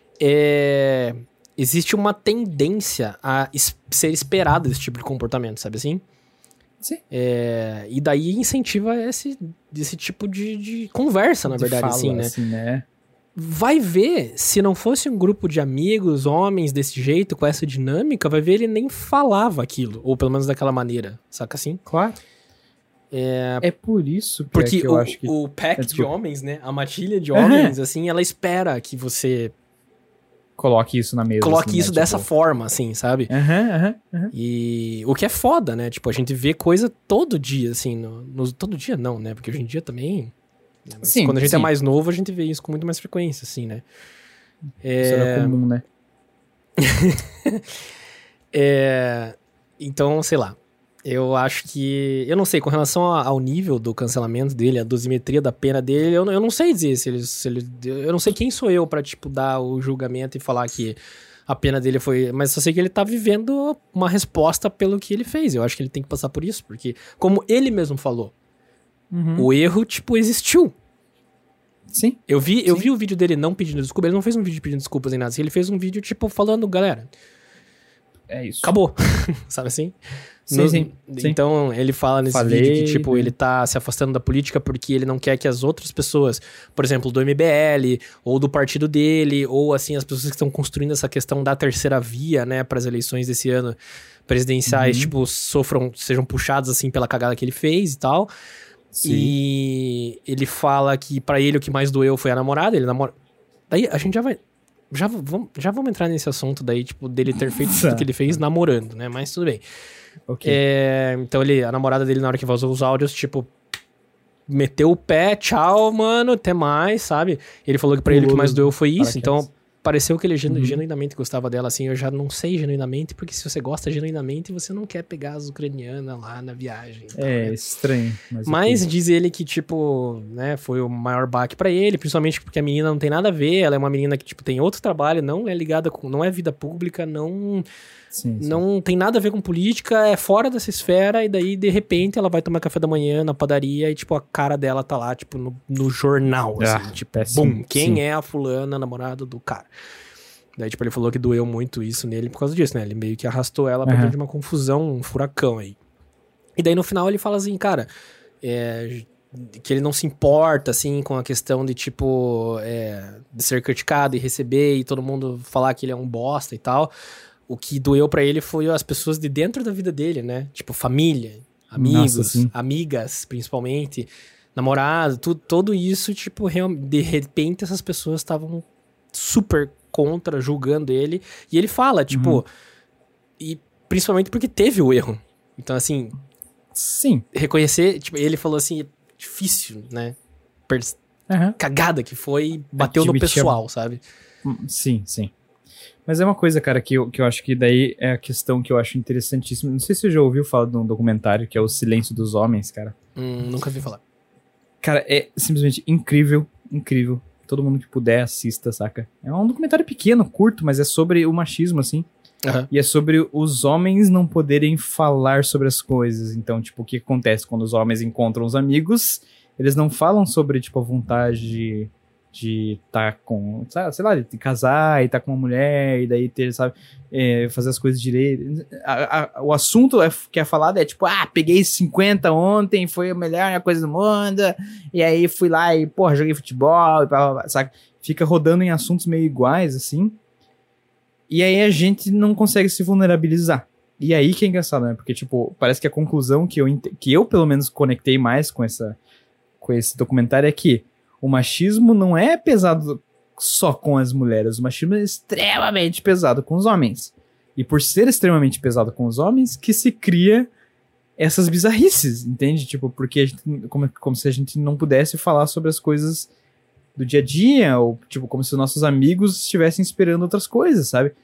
existe uma tendência a ser esperado esse tipo de comportamento, sabe assim? Sim. E daí incentiva esse tipo de conversa, na De verdade, fala, assim, né? assim, né? Vai ver, se não fosse um grupo de amigos, homens desse jeito, com essa dinâmica, vai ver ele nem falava aquilo, ou pelo menos daquela maneira, saca assim? Claro. É por isso Porque que eu acho que... o pack de desculpa. homens, né, a matilha de homens, assim, ela espera que você Coloque isso na mesa. coloque assim, isso né? dessa forma, assim, sabe? Aham. E o que é foda, né? Tipo, a gente vê coisa todo dia, assim, todo dia não, né? Porque hoje em dia também... né? Mas Sim, quando a gente é sim. mais novo, a gente vê isso com muito mais frequência, assim, né? Isso era comum, né? Então, sei lá. Eu acho que... Eu não sei, com relação ao nível do cancelamento dele, a dosimetria da pena dele, eu não sei dizer se ele... Eu não sei quem sou eu pra, tipo, dar o julgamento e falar que a pena dele foi... Mas só sei que ele tá vivendo uma resposta pelo que ele fez. Eu acho que ele tem que passar por isso, porque, como ele mesmo falou, o erro, tipo, existiu. Sim. Eu vi o vídeo dele não pedindo desculpa, ele não fez um vídeo pedindo desculpas nem nada, ele fez um vídeo, tipo, falando, galera, É isso. acabou, sabe assim? Sim. Então, ele fala nesse Falei, vídeo que, tipo, né? ele tá se afastando da política porque ele não quer que as outras pessoas, por exemplo, do MBL, ou do partido dele, ou, assim, as pessoas que estão construindo essa questão da terceira via, né, para as eleições desse ano presidenciais, tipo, sejam puxados, assim, pela cagada que ele fez e tal. Sim. E ele fala que pra ele o que mais doeu foi a namorada, ele namora... Daí a gente já vamos entrar nesse assunto daí, tipo, dele ter feito tudo que ele fez namorando, né? Mas tudo bem. Ok. Então a namorada dele, na hora que vazou os áudios, tipo, meteu o pé, tchau, mano, até mais, sabe? Ele falou que pra ele o que mais doeu foi isso, então pareceu que ele genuinamente gostava dela, assim. Eu já não sei genuinamente, porque se você gosta genuinamente, você não quer pegar as ucranianas lá na viagem. Então, né? Estranho. Mas diz ele que, tipo, né, foi o maior baque pra ele, principalmente porque a menina não tem nada a ver, ela é uma menina que, tipo, tem outro trabalho, não é ligada com, não é vida pública, não tem nada a ver com política, é fora dessa esfera, e daí, de repente, ela vai tomar café da manhã na padaria e, tipo, a cara dela tá lá, tipo, no jornal, assim, tipo, bum, quem é a fulana, namorada do cara? Daí, tipo, ele falou que doeu muito isso nele por causa disso, né? Ele meio que arrastou ela pra dentro de uma confusão, um furacão aí. E daí, no final, ele fala assim, cara, que ele não se importa, assim, com a questão de, tipo, de ser criticado e receber e todo mundo falar que ele é um bosta e tal. O que doeu pra ele foi as pessoas de dentro da vida dele, né? Tipo, família, amigos, amigas, principalmente, namorado, tudo isso, tipo, de repente essas pessoas estavam super contra, julgando ele. E ele fala, tipo, e principalmente porque teve o erro. Então, assim, Sim. reconhecer, tipo, ele falou assim, difícil, né? Cagada que foi, bateu no pessoal, sabe? Sim, sim. Mas é uma coisa, cara, que eu acho que daí é a questão que eu acho interessantíssima. Não sei se você já ouviu falar de um documentário que é O Silêncio dos Homens, cara. Nunca vi falar. Cara, é simplesmente incrível, incrível. Todo mundo que puder assista, saca? É um documentário pequeno, curto, mas é sobre o machismo, assim. E é sobre os homens não poderem falar sobre as coisas. Então, tipo, o que acontece quando os homens encontram os amigos? Eles não falam sobre, tipo, a vontade de estar com, sei lá, de casar e estar com uma mulher e daí ter, sabe, fazer as coisas direito. O assunto que é falado é tipo, peguei 50 ontem, foi a melhor coisa do mundo, e aí fui lá e, porra, joguei futebol, e sabe? Fica rodando em assuntos meio iguais, assim, e aí a gente não consegue se vulnerabilizar. E aí que é engraçado, né? Porque, tipo, parece que a conclusão que eu pelo menos conectei mais com esse documentário é que o machismo não é pesado só com as mulheres, o machismo é extremamente pesado com os homens. E por ser extremamente pesado com os homens, que se cria essas bizarrices, entende? Tipo, porque a gente, como se a gente não pudesse falar sobre as coisas do dia a dia, ou tipo, como se os nossos amigos estivessem esperando outras coisas, sabe?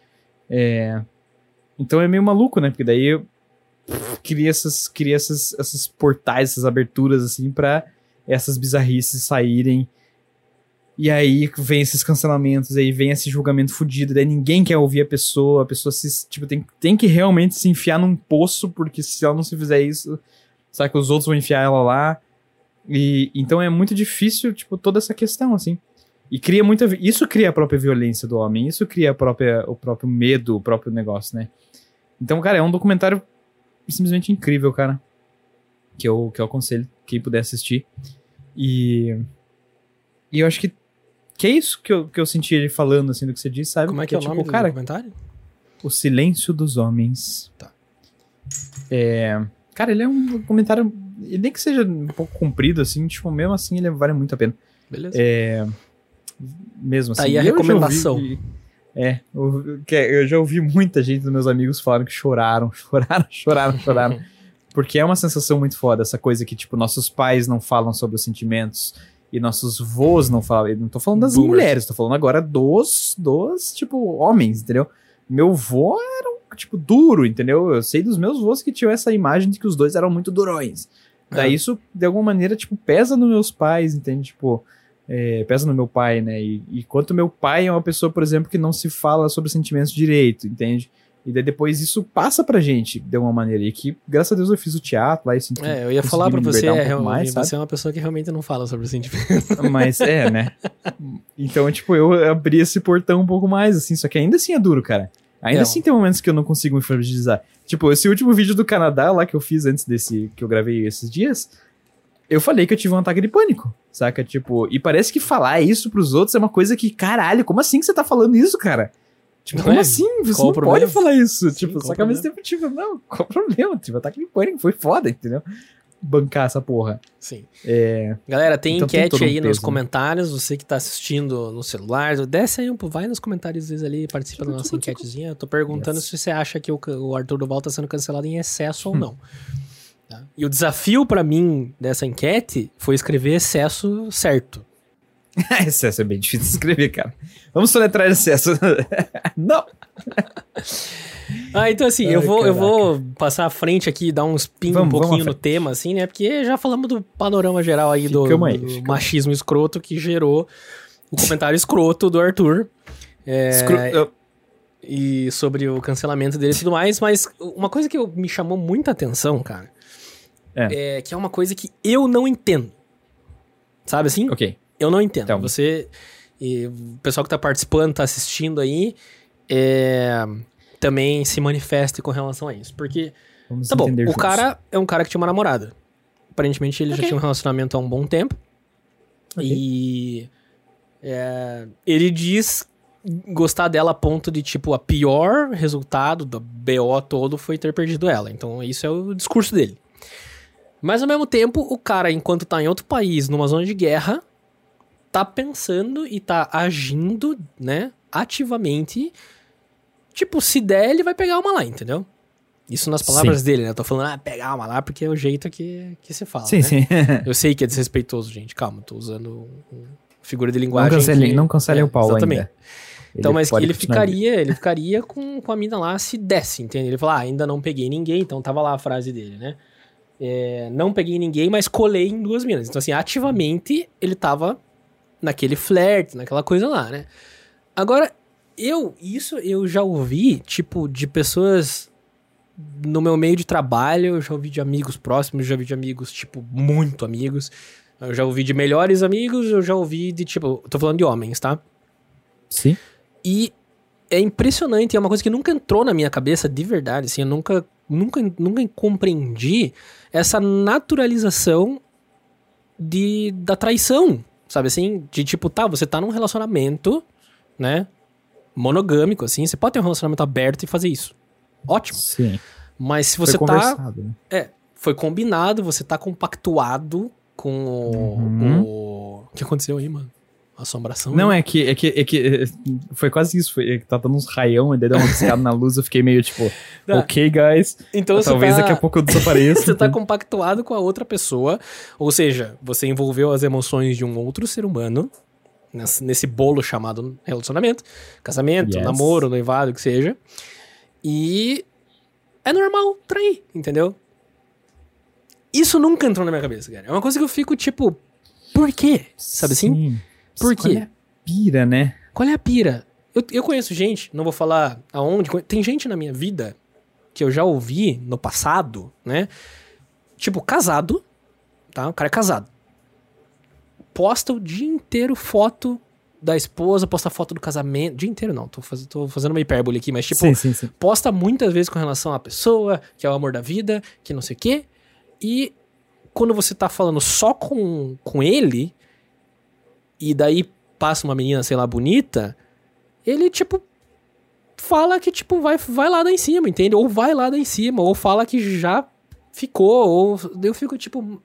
Então é meio maluco, né? Porque daí cria esses portais, essas aberturas, assim, pra essas bizarrices saírem, e aí vem esses cancelamentos, aí vem esse julgamento fudido, daí ninguém quer ouvir a pessoa tipo, tem que realmente se enfiar num poço, porque se ela não se fizer isso, sabe que os outros vão enfiar ela lá, e então é muito difícil, tipo, toda essa questão, assim, e isso cria a própria violência do homem, isso cria o próprio medo, o próprio negócio, né? Então, cara, é um documentário simplesmente incrível, cara, que eu aconselho quem puder assistir. E eu acho que é isso que eu senti ele falando, assim, do que você disse, sabe? Como é que é o nome do documentário? O Silêncio dos Homens. Tá. Cara, ele é um documentário, e nem que seja um pouco comprido, assim, tipo, mesmo assim ele vale muito a pena. Beleza. Mesmo assim. Tá aí a recomendação. Eu já ouvi muita gente dos meus amigos falando que choraram. Porque é uma sensação muito foda, essa coisa que, tipo, nossos pais não falam sobre os sentimentos e nossos vôs não falam. Eu não tô falando das mulheres, tô falando agora dos, tipo, homens, entendeu? Meu vô era, tipo, duro, entendeu? Eu sei dos meus vôs que tinham essa imagem de que os dois eram muito durões. Daí isso, de alguma maneira, tipo, pesa nos meus pais, entende? Tipo, pesa no meu pai, né? E quanto meu pai é uma pessoa, por exemplo, que não se fala sobre sentimentos direito, entende? E daí depois isso passa pra gente, de alguma maneira. E que, graças a Deus, eu fiz o teatro lá e senti. Eu ia falar pra você, você é uma pessoa que realmente não fala sobre sentimentos. Mas né? Então, tipo, eu abri esse portão um pouco mais, assim, só que ainda assim é duro, cara. Ainda assim tem momentos que eu não consigo me fragilizar. Tipo, esse último vídeo do Canadá lá que eu fiz antes desse, que eu gravei esses dias, eu falei que eu tive um ataque de pânico, saca? Tipo, e parece que falar isso pros outros é uma coisa que, caralho, como assim que você tá falando isso, cara? Tipo, como assim? Você não pode falar isso. Sim, tipo, só que ao mesmo tempo, tipo, não, qual o problema? Tipo, ataque de pânico, foi foda, entendeu? Bancar essa porra. Sim. Galera, tem então enquete tem aí peso, nos comentários, você que tá assistindo no celular, desce aí, vai nos comentários às vezes ali, participa da nossa enquetezinha. Eu tô perguntando se você acha que o Arthur Duval tá sendo cancelado em excesso ou não. Tá? E o desafio pra mim dessa enquete foi escrever excesso certo. Excesso é bem difícil de escrever, cara. Vamos soletrar excesso. Não! Então assim, eu vou passar à frente aqui e dar uns pingos um pouquinho no tema, assim, né? Porque já falamos do panorama geral aí do machismo escroto que gerou o comentário escroto do Arthur. E sobre o cancelamento dele e tudo mais, mas uma coisa que me chamou muita atenção, cara, que é uma coisa que eu não entendo. Sabe assim? Ok. Eu não entendo. Então, você, o pessoal que tá participando, tá assistindo aí, também se manifeste com relação a isso. Porque, tá bom, o cara é um cara que tinha uma namorada. Aparentemente ele já tinha um relacionamento há um bom tempo. E ele diz gostar dela a ponto de, tipo, a pior resultado do BO todo foi ter perdido ela. Então, isso é o discurso dele. Mas ao mesmo tempo, o cara, enquanto tá em outro país, numa zona de guerra, tá pensando e tá agindo, né, ativamente. Tipo, se der, ele vai pegar uma lá, entendeu? Isso nas palavras dele, né? Eu tô falando, pegar uma lá porque é o jeito que se fala, Sim, né? sim. Eu sei que é desrespeitoso, gente. Calma, tô usando figura de linguagem. Não cancele o Paulo exatamente. ainda. Então, mas ele ficaria com a mina lá se desse, entende? Ele fala, ainda não peguei ninguém, então tava lá a frase dele, né? Não peguei ninguém, mas colei em 2 minas. Então, assim, ativamente ele tava naquele flerte, naquela coisa lá, né? Agora, isso eu já ouvi, tipo, de pessoas no meu meio de trabalho, eu já ouvi de amigos próximos, já ouvi de amigos, tipo, muito amigos. Eu já ouvi de melhores amigos, eu já ouvi de, tipo, tô falando de homens, tá? Sim. E é impressionante, é uma coisa que nunca entrou na minha cabeça de verdade, assim, eu nunca compreendi essa naturalização da traição, sabe assim? De tipo, você tá num relacionamento, né, monogâmico, assim, você pode ter um relacionamento aberto e fazer isso. Ótimo. Sim. Mas se você né? foi combinado, você tá compactuado com o que aconteceu aí, mano? Assombração? Não, né? é que foi quase isso. Foi que tá dando uns raião, e daí deu uma piscada na luz, eu fiquei meio tipo, ok, guys. Então talvez daqui a pouco eu desapareça. Você tá compactuado com a outra pessoa, ou seja, você envolveu as emoções de um outro ser humano nesse bolo chamado relacionamento, casamento, namoro, noivado, o que seja. E é normal trair, entendeu? Isso nunca entrou na minha cabeça, cara. É uma coisa que eu fico tipo, por quê? Sabe assim? Por quê? Qual é a pira, né? Qual é a pira? Eu conheço gente, não vou falar aonde, tem gente na minha vida que eu já ouvi no passado, né? Tipo, casado, tá? O cara é casado. Posta o dia inteiro foto da esposa, posta foto do casamento. Dia inteiro não, tô fazendo uma hipérbole aqui, mas tipo, sim. Posta muitas vezes com relação à pessoa, que é o amor da vida, que não sei o quê. E quando você tá falando só com ele, e daí passa uma menina, sei lá, bonita, ele, tipo, fala que, tipo, vai lá em cima, entende? Ou vai lá em cima, ou fala que já ficou, ou eu fico, tipo...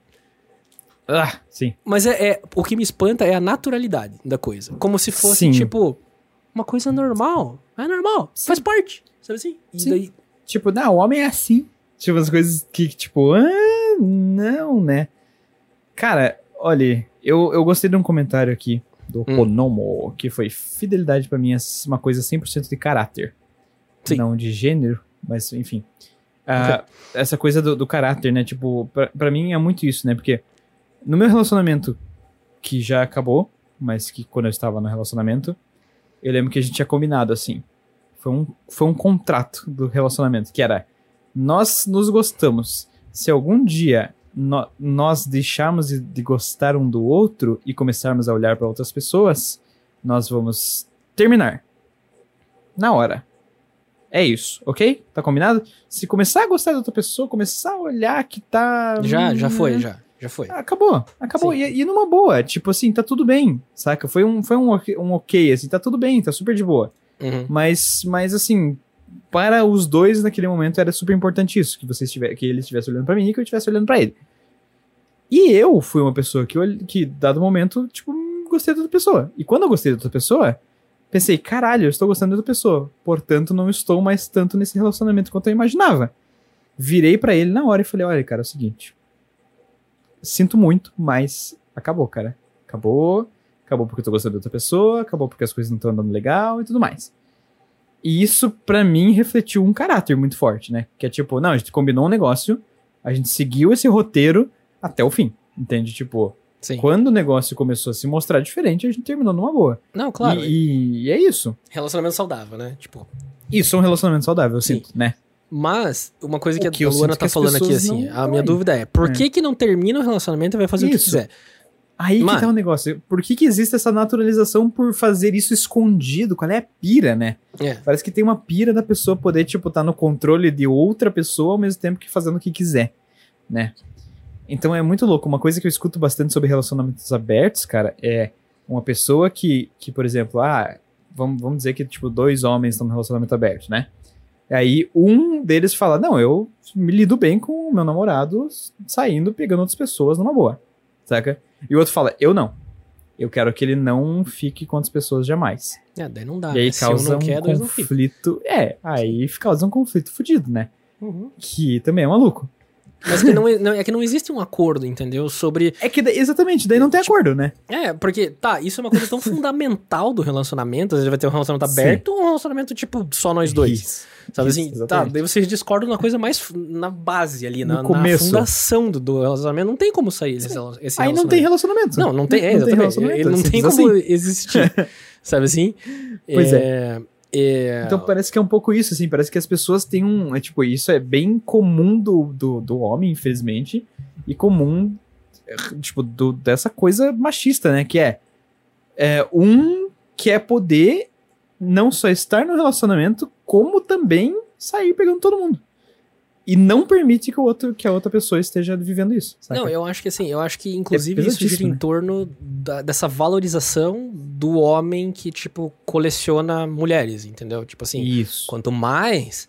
sim. Mas o que me espanta é a naturalidade da coisa. Como se fosse, sim. tipo, uma coisa normal. É normal, sim. Faz parte, sabe assim? E daí... Tipo, não, o homem é assim. Tipo, as coisas que, tipo, não, né? Cara, olha, eu gostei de um comentário aqui do Konomo, que foi: fidelidade pra mim é uma coisa 100% de caráter. Sim. Não de gênero, mas enfim. Essa coisa do caráter, né? Tipo, pra mim é muito isso, né? Porque no meu relacionamento, que já acabou, mas que quando eu estava no relacionamento, eu lembro que a gente tinha combinado, assim. Foi um contrato do relacionamento, que era: nós nos gostamos. Se algum dia nós deixarmos de gostar um do outro e começarmos a olhar para outras pessoas, nós vamos terminar. Na hora. É isso, ok? Tá combinado? Se começar a gostar de outra pessoa, começar a olhar que tá... Já foi. Acabou. E numa boa, tipo assim, tá tudo bem, saca? Foi um ok, assim, tá tudo bem, tá super de boa. Uhum. Mas assim, para os dois naquele momento era super importante isso, que ele estivesse olhando pra mim e que eu estivesse olhando pra ele. E eu fui uma pessoa que dado momento, tipo, gostei da outra pessoa. E quando eu gostei da outra pessoa, pensei, caralho, eu estou gostando da outra pessoa, portanto não estou mais tanto nesse relacionamento quanto eu imaginava. Virei pra ele na hora e falei: olha, cara, é o seguinte, sinto muito, mas acabou, cara. Acabou porque eu tô gostando da outra pessoa, acabou porque as coisas não estão andando legal e tudo mais. E isso, pra mim, refletiu um caráter muito forte, né? Que é tipo, não, a gente combinou um negócio, a gente seguiu esse roteiro até o fim, entende? Tipo, sim. Quando o negócio começou a se mostrar diferente, a gente terminou numa boa. Não, claro. E é isso. Relacionamento saudável, né? Tipo... Isso é um relacionamento saudável, eu sinto, né? Mas, uma coisa que a Luana tá falando aqui, assim, a minha dúvida é, por que não termina o relacionamento e vai fazer o que quiser? Aí que tá o negócio. Por que existe essa naturalização por fazer isso escondido? Qual é a pira, né? Parece que tem uma pira da pessoa poder, tipo, tá no controle de outra pessoa ao mesmo tempo que fazendo o que quiser, né? Então é muito louco. Uma coisa que eu escuto bastante sobre relacionamentos abertos, cara, é uma pessoa que por exemplo, vamos dizer que, tipo, 2 homens estão no relacionamento aberto, né? Aí um deles fala, não, eu me lido bem com o meu namorado saindo, pegando outras pessoas numa boa, saca? E o outro fala, eu não. Eu quero que ele não fique com outras pessoas jamais. Daí não dá. E aí né? causa um conflito. Aí causa um conflito fudido, né? Uhum. Que também é maluco. Mas que é que não existe um acordo, entendeu? Sobre... É que, exatamente, daí não tem acordo, né? Porque, isso é uma coisa tão fundamental do relacionamento. Às vezes vai ter um relacionamento aberto ou um relacionamento, tipo, só nós dois. Isso, sabe isso, assim? exatamente. Daí vocês discordam na coisa mais na base ali, na começo. fundação do relacionamento. Não tem como sair esse relacionamento. Aí não tem relacionamento. Não tem, exatamente. Ele não tem como existir. Sabe assim? Pois é. Então parece que é um pouco isso, assim, parece que as pessoas têm isso é bem comum do homem, infelizmente, e comum, dessa coisa machista, né, que um quer poder não só estar no relacionamento, como também sair pegando todo mundo. E não permite que a outra pessoa esteja vivendo isso. Saca? Não, eu acho que inclusive isso gira em torno dessa valorização do homem que, tipo, coleciona mulheres, entendeu? Tipo assim, isso. Quanto mais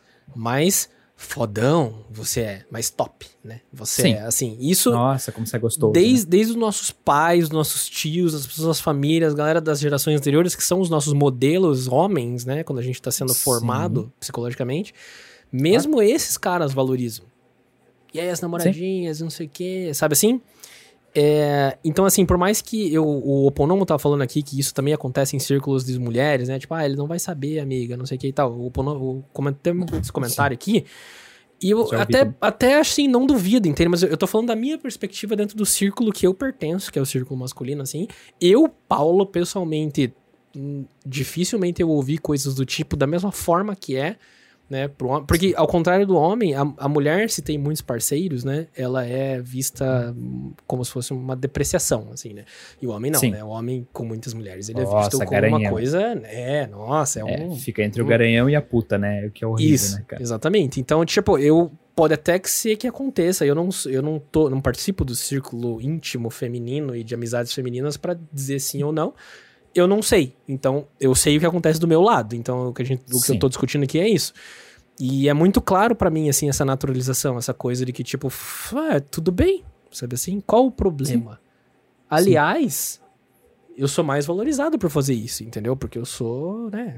fodão você é, mais top, né? Você Sim. é, assim, isso... Nossa, como você é gostoso. Desde os nossos pais, os nossos tios, as pessoas das famílias, a galera das gerações anteriores, que são os nossos modelos homens, né? Quando a gente tá sendo formado psicologicamente... Mesmo esses caras valorizam. E aí as namoradinhas, não sei o quê, sabe assim? Então, assim, por mais que o Oponomo tava falando aqui que isso também acontece em círculos de mulheres, né? Tipo, ele não vai saber, amiga, não sei o que e tal. Tem esse comentário aqui. E eu até assim, não duvido, entende? Mas eu tô falando da minha perspectiva dentro do círculo que eu pertenço, que é o círculo masculino, assim. Eu, Paulo, pessoalmente, dificilmente eu ouvi coisas do tipo da mesma forma que né, porque ao contrário do homem, a mulher, se tem muitos parceiros, né, ela é vista como se fosse uma depreciação, assim, né, e o homem não, né, o homem com muitas mulheres, ele é visto como garanhão. Uma coisa, fica entre o garanhão e a puta, né, o que é horrível, isso, né, cara. Exatamente, então, tipo, pode até ser que aconteça, eu não participo do círculo íntimo feminino e de amizades femininas pra dizer sim ou não. Eu não sei. Então, eu sei o que acontece do meu lado. Então, o que eu tô discutindo aqui é isso. E é muito claro pra mim, assim, essa naturalização, essa coisa de que, tipo, tudo bem, sabe assim? Qual o problema? Sim. Aliás, eu sou mais valorizado por fazer isso, entendeu? Porque eu sou, né?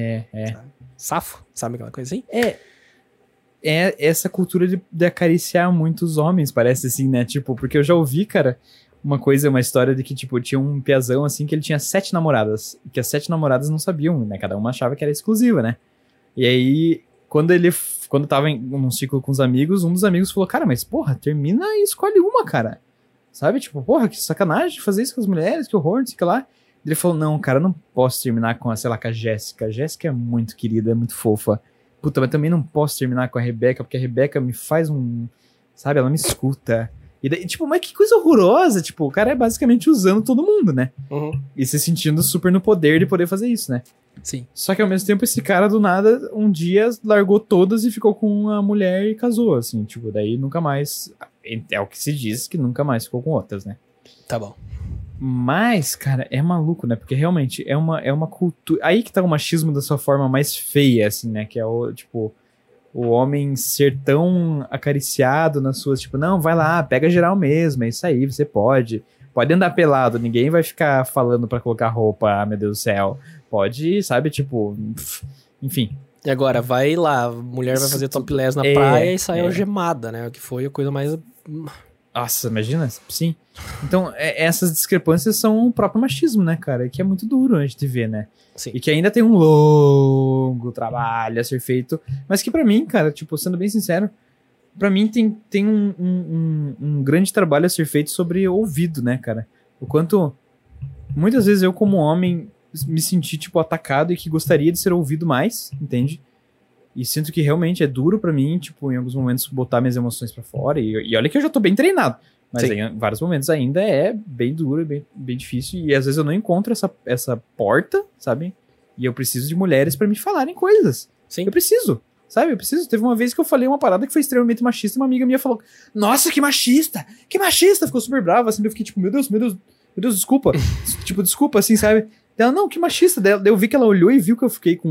Safo, sabe aquela coisa assim? É essa cultura de acariciar muitos homens, parece assim, né? Tipo, porque eu já ouvi, cara... uma história de que, tipo, tinha um piazão, assim, que ele tinha 7 namoradas, e que as 7 namoradas não sabiam, né, cada uma achava que era exclusiva, né, e aí, quando tava num ciclo com os amigos, um dos amigos falou, cara, mas, porra, termina e escolhe uma, cara, sabe, tipo, porra, que sacanagem fazer isso com as mulheres, que horror, não sei o que lá, ele falou, não, cara, eu não posso terminar com, sei lá, com a Jéssica é muito querida, é muito fofa, puta, mas também não posso terminar com a Rebeca, porque a Rebeca me faz sabe, ela me escuta. E daí, tipo, mas que coisa horrorosa, tipo, o cara é basicamente usando todo mundo, né? Uhum. E se sentindo super no poder de poder fazer isso, né? Sim. Só que ao mesmo tempo esse cara, do nada, um dia largou todas e ficou com uma mulher e casou, assim, tipo, daí nunca mais, é o que se diz, que nunca mais ficou com outras, né? Tá bom. Mas, cara, é maluco, né? Porque realmente é uma cultura, aí que tá o machismo da sua forma mais feia, assim, né? Que é o homem ser tão acariciado nas suas, tipo, não, vai lá, pega geral mesmo, é isso aí, você pode andar pelado, ninguém vai ficar falando pra colocar roupa, meu Deus do céu, pode, sabe, tipo, enfim. E agora, vai lá, a mulher vai fazer topless na praia e sai algemada, né, o que foi a coisa mais... Nossa, imagina, sim. Então, essas discrepâncias são o próprio machismo, né, cara, que é muito duro a gente ver, né. Sim. E que ainda tem um longo trabalho a ser feito, mas que pra mim, cara, tipo, sendo bem sincero, pra mim tem um grande trabalho a ser feito sobre ouvido, né, cara? O quanto, muitas vezes eu como homem me senti, tipo, atacado e que gostaria de ser ouvido mais, entende? E sinto que realmente é duro pra mim, tipo, em alguns momentos botar minhas emoções pra fora, e olha que eu já tô bem treinado. Mas em vários momentos ainda é bem duro, bem difícil. E às vezes eu não encontro essa porta, sabe? E eu preciso de mulheres pra me falarem coisas. Sim. Eu preciso, sabe? Eu preciso. Teve uma vez que eu falei uma parada que foi extremamente machista e uma amiga minha falou, nossa, que machista! Que machista! Ficou super brava, assim. Eu fiquei tipo, meu Deus, desculpa. Tipo, desculpa, assim, sabe? Ela, não, que machista. Daí eu vi que ela olhou e viu que eu fiquei com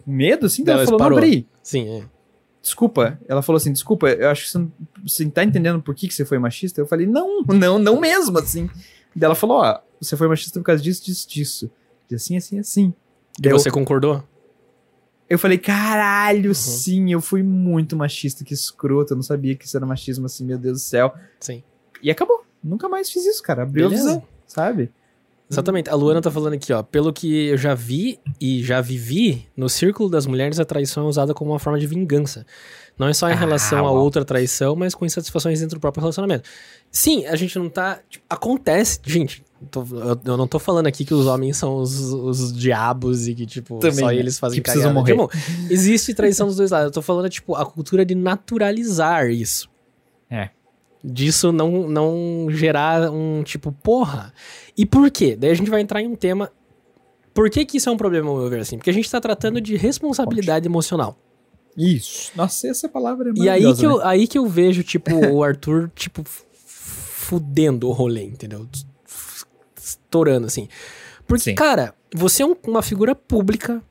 com medo, assim, Daí ela ela falou, parou. não, peraí, Sim, é. desculpa. Ela falou assim, desculpa, eu acho que você não tá entendendo por que você foi machista? Eu falei, não mesmo, assim. Daí ela falou, ó, você foi machista por causa disso. E assim, assim, assim. E Daí você concordou? eu falei, caralho, sim, eu fui muito machista, que escroto, eu não sabia que isso era machismo, assim, meu Deus do céu. Sim. E acabou, nunca mais fiz isso, cara, abriu Beleza. a visão, sabe? Exatamente. A Luana tá falando aqui, ó. Pelo que eu já vi e já vivi, no círculo das mulheres a traição é usada como uma forma de vingança. Não é só em relação a uau. outra traição, mas com insatisfações dentro do próprio relacionamento. Sim, a gente não tá... tipo, acontece, gente. Eu não tô falando aqui que os homens são os diabos e que, tipo, Também, só né? eles fazem Que precisam cagada. morrer. Tipo, existe traição dos dois lados. Eu tô falando, tipo, a cultura de naturalizar isso. É. Disso não gerar um tipo, porra. E por quê? Daí a gente vai entrar em um tema. Por que isso é um problema, ao meu ver, assim? Porque a gente tá tratando de responsabilidade emocional. Isso. Nossa, essa palavra é E aí maravilhosa, que, né? aí que eu vejo, tipo, o Arthur, tipo, fudendo o rolê, entendeu? Estourando, assim. Porque, Sim. cara, você é uma figura pública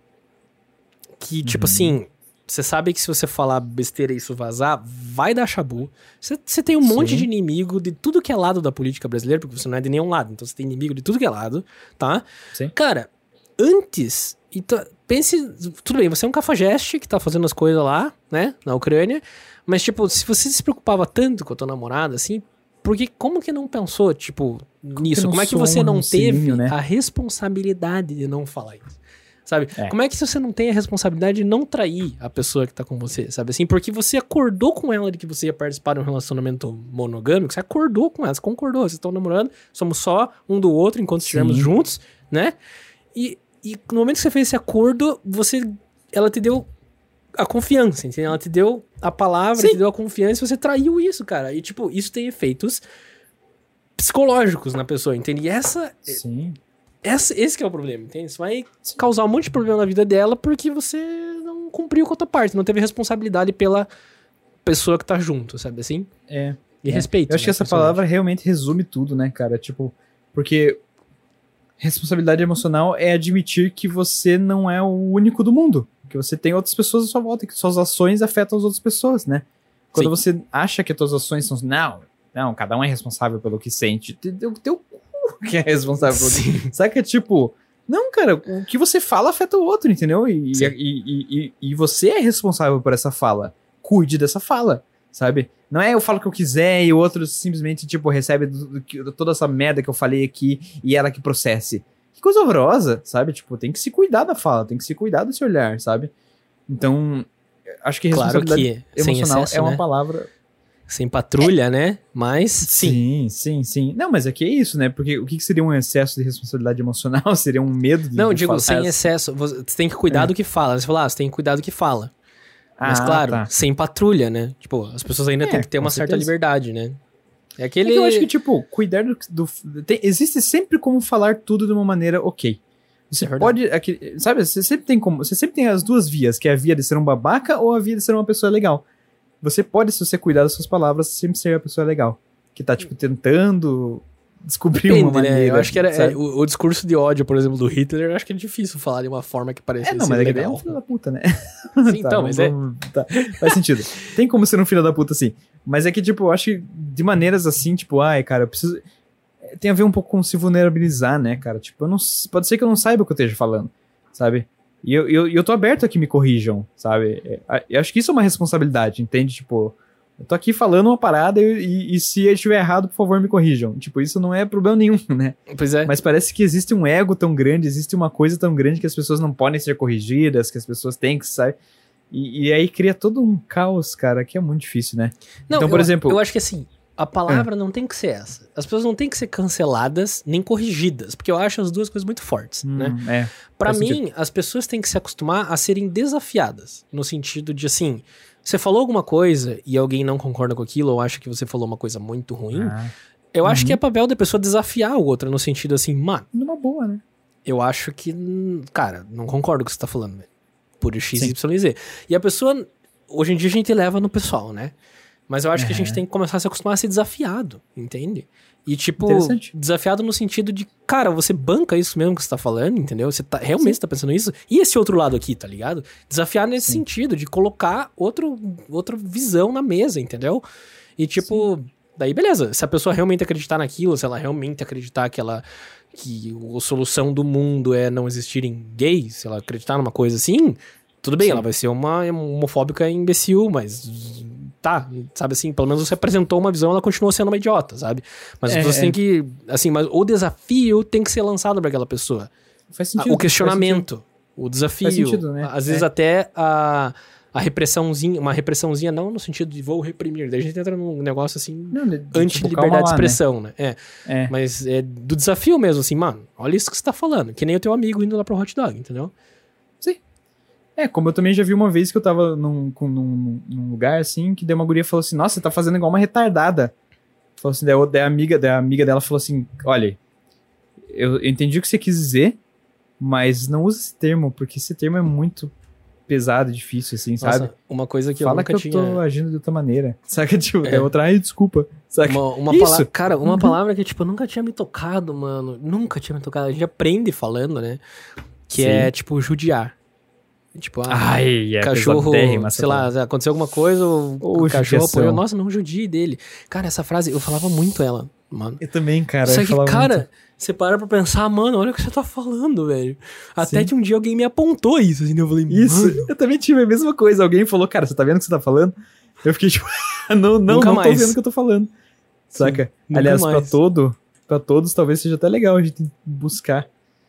que, tipo assim, você sabe que se você falar besteira e isso vazar, vai dar chabu. Você tem um monte Sim. de inimigo de tudo que é lado da política brasileira, porque você não é de nenhum lado, então você tem inimigo de tudo que é lado, tá? Sim. Cara, antes, então, pense, tudo bem, você é um cafajeste que tá fazendo as coisas lá, né, na Ucrânia, mas, tipo, se você se preocupava tanto com a tua namorada, assim, porque como que não pensou, tipo, nisso? não Como é que soa você não um teve sininho, né? a responsabilidade de não falar isso? Sabe? É. Como é que você não tem a responsabilidade de não trair a pessoa que tá com você, sabe assim? Porque você acordou com ela de que você ia participar de um relacionamento monogâmico, você acordou com ela, você concordou, vocês estão namorando, somos só um do outro enquanto estivermos Sim. juntos, né? E no momento que você fez esse acordo, ela te deu a confiança, entendeu? Ela te deu a palavra, Sim. te deu a confiança e você traiu isso, cara. E, tipo, isso tem efeitos psicológicos na pessoa, entende? E Sim. esse que é o problema, entende? Isso vai causar um monte de problema na vida dela porque você não cumpriu com a tua parte, não teve responsabilidade pela pessoa que tá junto, sabe assim? É. E respeito. Eu acho que né, essa principalmente. palavra realmente resume tudo, né, cara? Tipo, porque responsabilidade emocional é admitir que você não é o único do mundo, que você tem outras pessoas à sua volta, que suas ações afetam as outras pessoas, né? Quando Sim. você acha que as suas ações são... Não, cada um é responsável pelo que sente. Teu cu que é responsável pelo que... Sim. Saca? Tipo... Não, cara, o que você fala afeta o outro, entendeu? Sim. E você é responsável por essa fala. Cuide dessa fala, sabe? Não é eu falo o que eu quiser e o outro simplesmente, tipo, recebe toda essa merda que eu falei aqui e ela que processe. Que coisa horrorosa, sabe? Tipo, tem que se cuidar da fala, tem que se cuidar do seu olhar, sabe? Então, acho que Claro responsabilidade que sem emocional excesso, é uma né? palavra... Sem patrulha, né? Mas sim. Sim. Não, mas aqui é isso, né? Porque o que seria um excesso de responsabilidade emocional? Seria um medo de Não, digo, falar sem excesso. Você tem que cuidar do que fala. Você fala, você tem que cuidar do que fala. Mas claro, tá. sem patrulha, né? Tipo, as pessoas ainda têm que ter com uma certa certeza. liberdade, né? É É aquele... que eu acho que, tipo, cuidar existe sempre como falar tudo de uma maneira ok. Você É verdade. pode... sabe, você sempre tem as duas vias, que é a via de ser um babaca ou a via de ser uma pessoa legal. Você pode, se você cuidar das suas palavras, sempre ser a pessoa legal. Que tá, tipo, tentando descobrir uma maneira. né? Eu acho que era sabe? o discurso de ódio, por exemplo, do Hitler, eu acho que é difícil falar de uma forma que parecesse Não, mas é que daí é legal. um filho da puta, né? Sim, então, mas tá, faz sentido. Tem como ser um filho da puta, assim. Mas é que, tipo, eu acho que de maneiras assim, tipo, ai, cara, eu preciso... Tem a ver um pouco com se vulnerabilizar, né, cara? Tipo, pode ser que eu não saiba o que eu esteja falando, sabe? E eu tô aberto a que me corrijam, sabe? Eu acho que isso é uma responsabilidade, entende? Tipo, eu tô aqui falando uma parada e se eu estiver errado, por favor, me corrijam. Tipo, isso não é problema nenhum, né? Pois é. Mas parece que existe um ego tão grande, existe uma coisa tão grande que as pessoas não podem ser corrigidas, que as pessoas têm que sair. E aí cria todo um caos, cara, que é muito difícil, né? Não, então, por exemplo... eu acho que assim, a palavra não tem que ser essa. As pessoas não têm que ser canceladas nem corrigidas, porque eu acho as duas coisas muito fortes, né? Pra faz mim, sentido. as pessoas têm que se acostumar a serem desafiadas, no sentido de assim, você falou alguma coisa e alguém não concorda com aquilo ou acha que você falou uma coisa muito ruim, eu acho que é papel da pessoa desafiar o outro, no sentido assim, mano, Numa boa, né? eu acho que, cara, não concordo com o que você tá falando, velho. Por X, Sim. Y e Z. E a pessoa, hoje em dia a gente leva no pessoal, né? Mas eu acho que a gente tem que começar a se acostumar a ser desafiado, entende? E, tipo, desafiado no sentido de, cara, você banca isso mesmo que você tá falando, entendeu? Você realmente tá pensando nisso? E esse outro lado aqui, tá ligado? Desafiar nesse sentido, de colocar outra visão na mesa, entendeu? E, tipo, daí beleza. Se a pessoa realmente acreditar naquilo, se ela realmente acreditar que a solução do mundo é não existirem gays, se ela acreditar numa coisa assim, tudo bem, ela vai ser uma homofóbica imbecil, mas... Tá, sabe assim, pelo menos você apresentou uma visão, ela continua sendo uma idiota, sabe? Mas você tem que, assim, mas o desafio tem que ser lançado pra aquela pessoa. Faz sentido. O questionamento, o desafio, faz sentido, né? Às vezes até a repressãozinha, uma repressãozinha não no sentido de vou reprimir, daí a gente entra num negócio assim, anti-liberdade de expressão, né? Mas é do desafio mesmo, assim, mano, olha isso que você tá falando, que nem o teu amigo indo lá pro hot dog, entendeu? Sim. Como eu também já vi uma vez que eu tava num lugar, assim, que daí uma guria falou assim, nossa, você tá fazendo igual uma retardada. Falou assim, daí a amiga dela falou assim, olha, eu entendi o que você quis dizer, mas não usa esse termo, porque esse termo é muito pesado, difícil, assim, nossa, sabe? Uma coisa que fala eu nunca que eu tô agindo de outra maneira. Saca, tipo, daí outra, ai, desculpa. Saca? Isso. Cara, uma palavra que, tipo, nunca tinha me tocado, mano. Nunca tinha me tocado. A gente aprende falando, né? Que é, tipo, judiar. Tipo, cachorro, sei lá, aconteceu alguma coisa, o cachorro apoiou, nossa, não judie dele. Cara, essa frase, eu falava muito ela, mano. Eu também, cara. Só que, cara, muito. Você para pra pensar, mano, olha o que você tá falando, velho. Até que um dia alguém me apontou isso, assim, eu falei, isso, mano. Eu também tive a mesma coisa, alguém falou, cara, você tá vendo o que você tá falando? Eu fiquei tipo, não tô vendo o que eu tô falando. Saca? Sim, aliás, pra todos, talvez seja até legal a gente buscar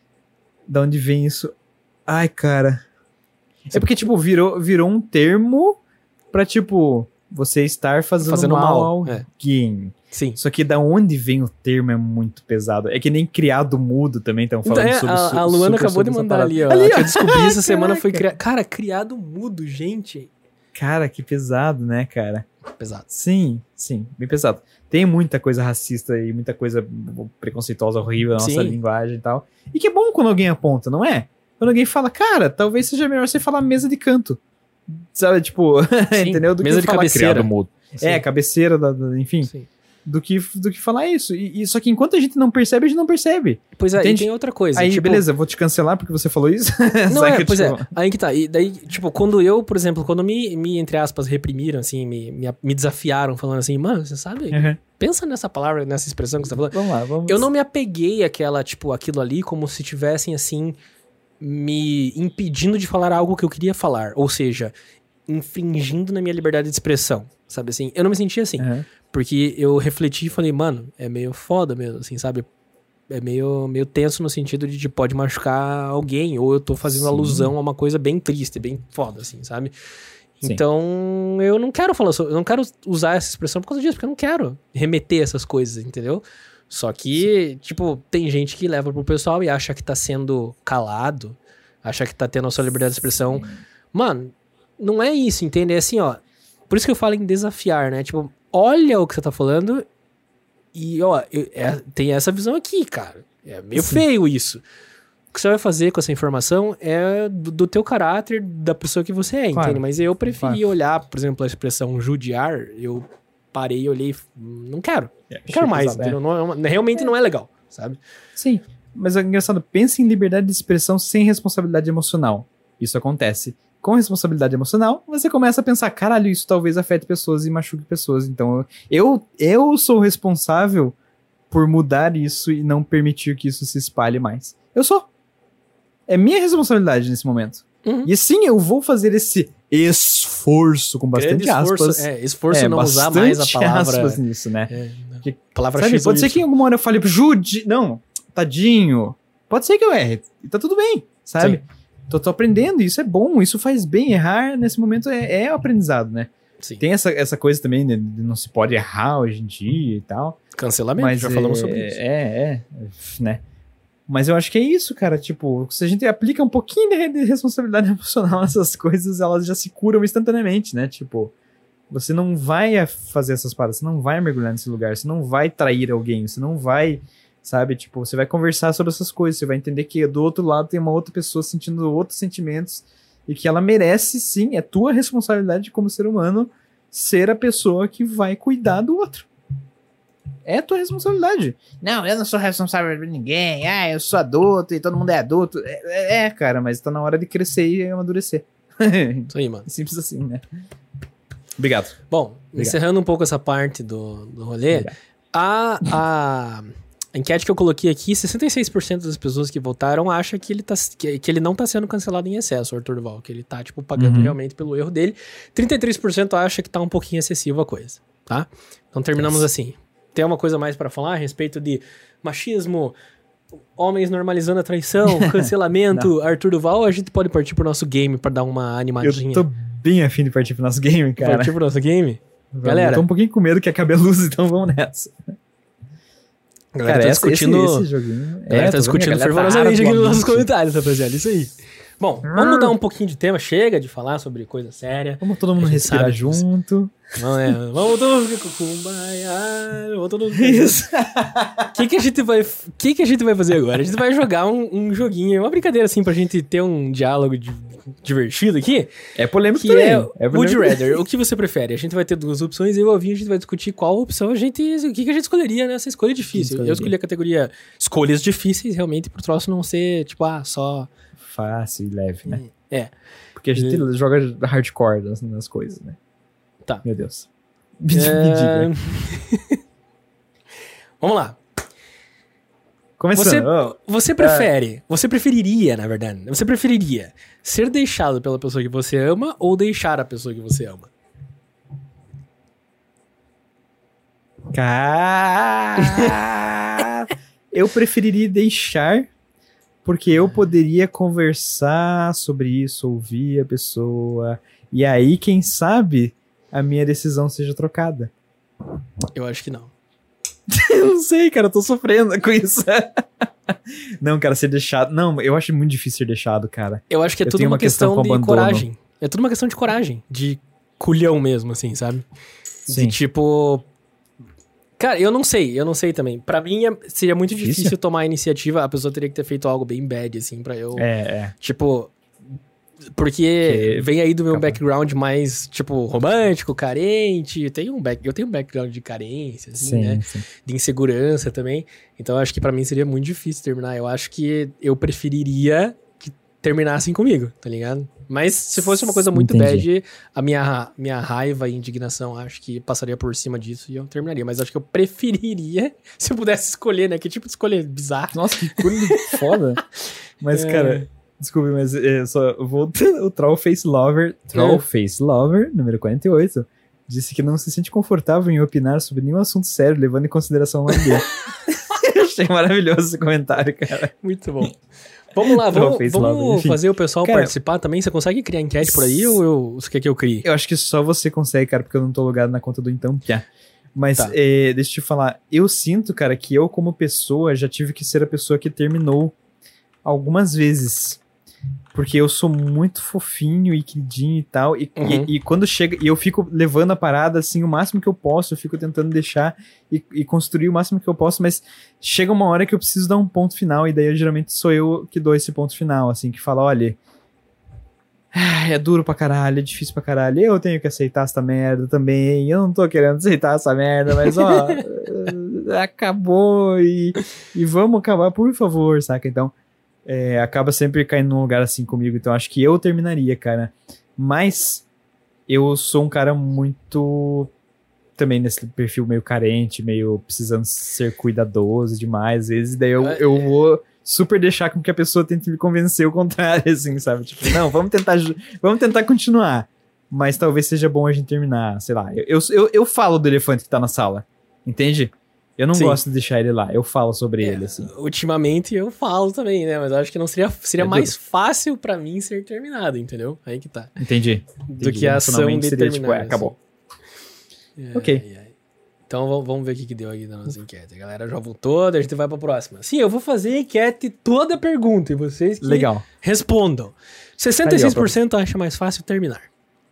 da onde vem isso. Ai, cara... É porque, tipo, virou um termo pra, tipo, você estar fazendo mal a alguém. Sim. Só que da onde vem o termo é muito pesado. É que nem criado mudo também estão falando sobre isso. A Luana acabou de mandar ali, ó. Que eu descobri essa semana foi criado. Cara, criado mudo, gente. Cara, que pesado, né, cara? Pesado. Sim, bem pesado. Tem muita coisa racista e muita coisa preconceituosa, horrível na nossa linguagem e tal. E que é bom quando alguém aponta, não é? Quando alguém fala, cara, talvez seja melhor você falar mesa de canto. Sabe, tipo, entendeu? Do mesa que de falar cabeceira. Criado mudo. Cabeceira, enfim. Sim. Do que falar isso. Só que enquanto a gente não percebe, a gente não percebe. Pois é, e tem outra coisa. Aí, tipo, beleza, vou te cancelar porque você falou isso. Não, aí que tá. E daí, tipo, quando eu, por exemplo, quando me entre aspas, reprimiram, assim, me desafiaram, falando assim, mano, você sabe... Pensa nessa palavra, nessa expressão que você tá falando. Vamos lá. Eu não me apeguei àquela, tipo, aquilo ali como se tivessem, assim... me impedindo de falar algo que eu queria falar, ou seja, infringindo na minha liberdade de expressão, sabe assim? Eu não me sentia assim, porque eu refleti e falei, mano, é meio foda mesmo, assim, sabe? É meio tenso no sentido de pode machucar alguém, ou eu tô fazendo alusão a uma coisa bem triste, bem foda, assim, sabe? Sim. Então, eu não quero falar sobre, eu não quero usar essa expressão por causa disso, porque eu não quero remeter essas coisas, entendeu? Só que, tipo, tem gente que leva pro pessoal e acha que tá sendo calado, acha que tá tendo a sua liberdade de expressão. Mano, não é isso, entende? É assim, ó, por isso que eu falo em desafiar, né? Tipo, olha o que você tá falando e, ó, tem essa visão aqui, cara. É meio feio isso. O que você vai fazer com essa informação é do teu caráter, da pessoa que você é, entende? Mas eu preferi olhar, por exemplo, a expressão judiar, eu parei e olhei, não quero mais, entendeu? Realmente não é legal, sabe? Sim, mas é engraçado, pensa em liberdade de expressão sem responsabilidade emocional. Isso acontece. Com responsabilidade emocional, você começa a pensar, caralho, isso talvez afete pessoas e machuque pessoas. Então, eu sou responsável por mudar isso e não permitir que isso se espalhe mais. Eu sou. É minha responsabilidade nesse momento. E sim, eu vou fazer esse esforço, com bastante aspas. Esforço não usar mais a palavra... aspas nisso, né? Palavra sabe, pode ser que em alguma hora eu fale, não, tadinho. Pode ser que eu erre, e tá tudo bem, sabe? Sim. Tô aprendendo, isso é bom, isso faz bem. Errar nesse momento é aprendizado, né? Sim. Tem essa coisa também, né, de não se pode errar hoje em dia e tal. Cancelamento, mas já falamos sobre isso. Né? Mas eu acho que é isso, cara, tipo, se a gente aplica um pouquinho de responsabilidade emocional nessas coisas, elas já se curam instantaneamente, né? Tipo, você não vai fazer essas paradas, você não vai mergulhar nesse lugar, você não vai trair alguém, você não vai, sabe? Tipo, você vai conversar sobre essas coisas, você vai entender que do outro lado tem uma outra pessoa sentindo outros sentimentos e que ela merece, sim, é tua responsabilidade como ser humano ser a pessoa que vai cuidar do outro. É tua responsabilidade. Não, eu não sou responsável por ninguém. Eu sou adulto e todo mundo é adulto. Cara, mas tá na hora de crescer e amadurecer. Isso aí, mano. Simples assim, né? Obrigado. Bom, encerrando um pouco essa parte do rolê, a enquete que eu coloquei aqui, 66% das pessoas que votaram acham que ele não tá sendo cancelado em excesso, o Arthur Duval, que ele tá, tipo, pagando realmente pelo erro dele. 33% acha que tá um pouquinho excessivo a coisa, tá? Então terminamos assim. Tem uma coisa mais pra falar a respeito de machismo, homens normalizando a traição, cancelamento, Arthur Duval, a gente pode partir pro nosso game pra dar uma animadinha. Eu tô bem afim de partir pro nosso game, cara. Partir pro nosso game? Galera, eu tô um pouquinho com medo que acabe a luz, então vamos nessa. A galera tá discutindo, esse joguinho... tá discutindo fervorosamente aqui nos nossos comentários, rapaziada. Isso aí. Bom, vamos mudar um pouquinho de tema. Chega de falar sobre coisa séria. Vamos todo mundo respirar junto. Vamos todo mundo kumbaya. Vamos todo mundo... Isso. O que a gente vai fazer agora? A gente vai jogar um joguinho, uma brincadeira assim pra gente ter um diálogo divertido aqui. É polêmico também. É Would You Rather. O que você prefere? A gente vai ter duas opções. Eu e o Alvinho, a gente vai discutir qual opção o que a gente escolheria nessa escolha difícil. Eu escolhi a categoria escolhas difíceis, realmente, pro troço não ser, tipo, só... fácil e leve, né? Porque a gente joga hardcore nas coisas, né? Tá. Meu Deus. Me diga. Vamos lá. Começando. Você preferiria, na verdade, ser deixado pela pessoa que você ama ou deixar a pessoa que você ama? Eu preferiria deixar, porque eu poderia conversar sobre isso, ouvir a pessoa, e aí, quem sabe, a minha decisão seja trocada. Eu acho que não. Eu não sei, cara, eu tô sofrendo com isso. Não, cara, ser deixado... Não, eu acho muito difícil ser deixado, cara. Eu acho que é tudo uma questão de coragem. É tudo uma questão de coragem, de culhão mesmo, assim, sabe? Sim. De tipo... Cara, eu não sei também. Pra mim, seria muito difícil tomar a iniciativa. A pessoa teria que ter feito algo bem bad, assim, pra eu... Tipo... Porque vem aí do meu background mais, tipo, romântico, carente. Eu tenho um background de carência, assim, né? Sim. De insegurança também. Então, eu acho que pra mim seria muito difícil terminar. Eu acho que eu preferiria que terminassem comigo, tá ligado? Mas se fosse uma coisa muito bad, a minha raiva e indignação, acho que passaria por cima disso e eu terminaria. Mas acho que eu preferiria, se eu pudesse escolher, né? Que tipo de escolha bizarra. Nossa, que coisa foda. Mas, cara... Desculpe, mas só voltando. O Trollface Lover, número 48, disse que não se sente confortável em opinar sobre nenhum assunto sério, levando em consideração o nome dele. Eu achei maravilhoso esse comentário, cara. Muito bom. Vamos lá, vamos fazer o pessoal participar também. Você consegue criar enquete por aí ou você quer que eu crie? Eu acho que só você consegue, cara, porque eu não tô logado na conta do Então. Mas, deixa eu te falar, eu sinto, cara, que eu como pessoa já tive que ser a pessoa que terminou algumas vezes. Porque eu sou muito fofinho e queridinho e tal. E quando chega... E eu fico levando a parada, assim, o máximo que eu posso. Eu fico tentando deixar e construir o máximo que eu posso. Mas chega uma hora que eu preciso dar um ponto final. E daí, geralmente, sou eu que dou esse ponto final. Assim, que fala, olha... É duro pra caralho, é difícil pra caralho. Eu tenho que aceitar essa merda também. Eu não tô querendo aceitar essa merda, mas, ó... acabou e vamos acabar, por favor, saca? Então... acaba sempre caindo num lugar assim comigo, então acho que eu terminaria, cara. Mas eu sou um cara muito também nesse perfil meio carente, meio precisando ser cuidadoso demais, às vezes, daí eu vou super deixar com que a pessoa tente me convencer o contrário, assim, sabe? Tipo, não, vamos tentar continuar, mas talvez seja bom a gente terminar, sei lá. Eu falo do elefante que tá na sala, entende? Eu não gosto de deixar ele lá, eu falo sobre ele, assim. Ultimamente eu falo também, né? Mas eu acho que não seria mais fácil pra mim ser terminado, entendeu? Aí que tá. Entendi. Do que a ação de terminar. Tipo, acabou. Assim. Ok. Então vamos ver o que deu aqui na nossa enquete. A galera já voltou, a gente vai pra próxima. Sim, eu vou fazer a enquete toda a pergunta e vocês que respondam. 66% acha mais fácil terminar.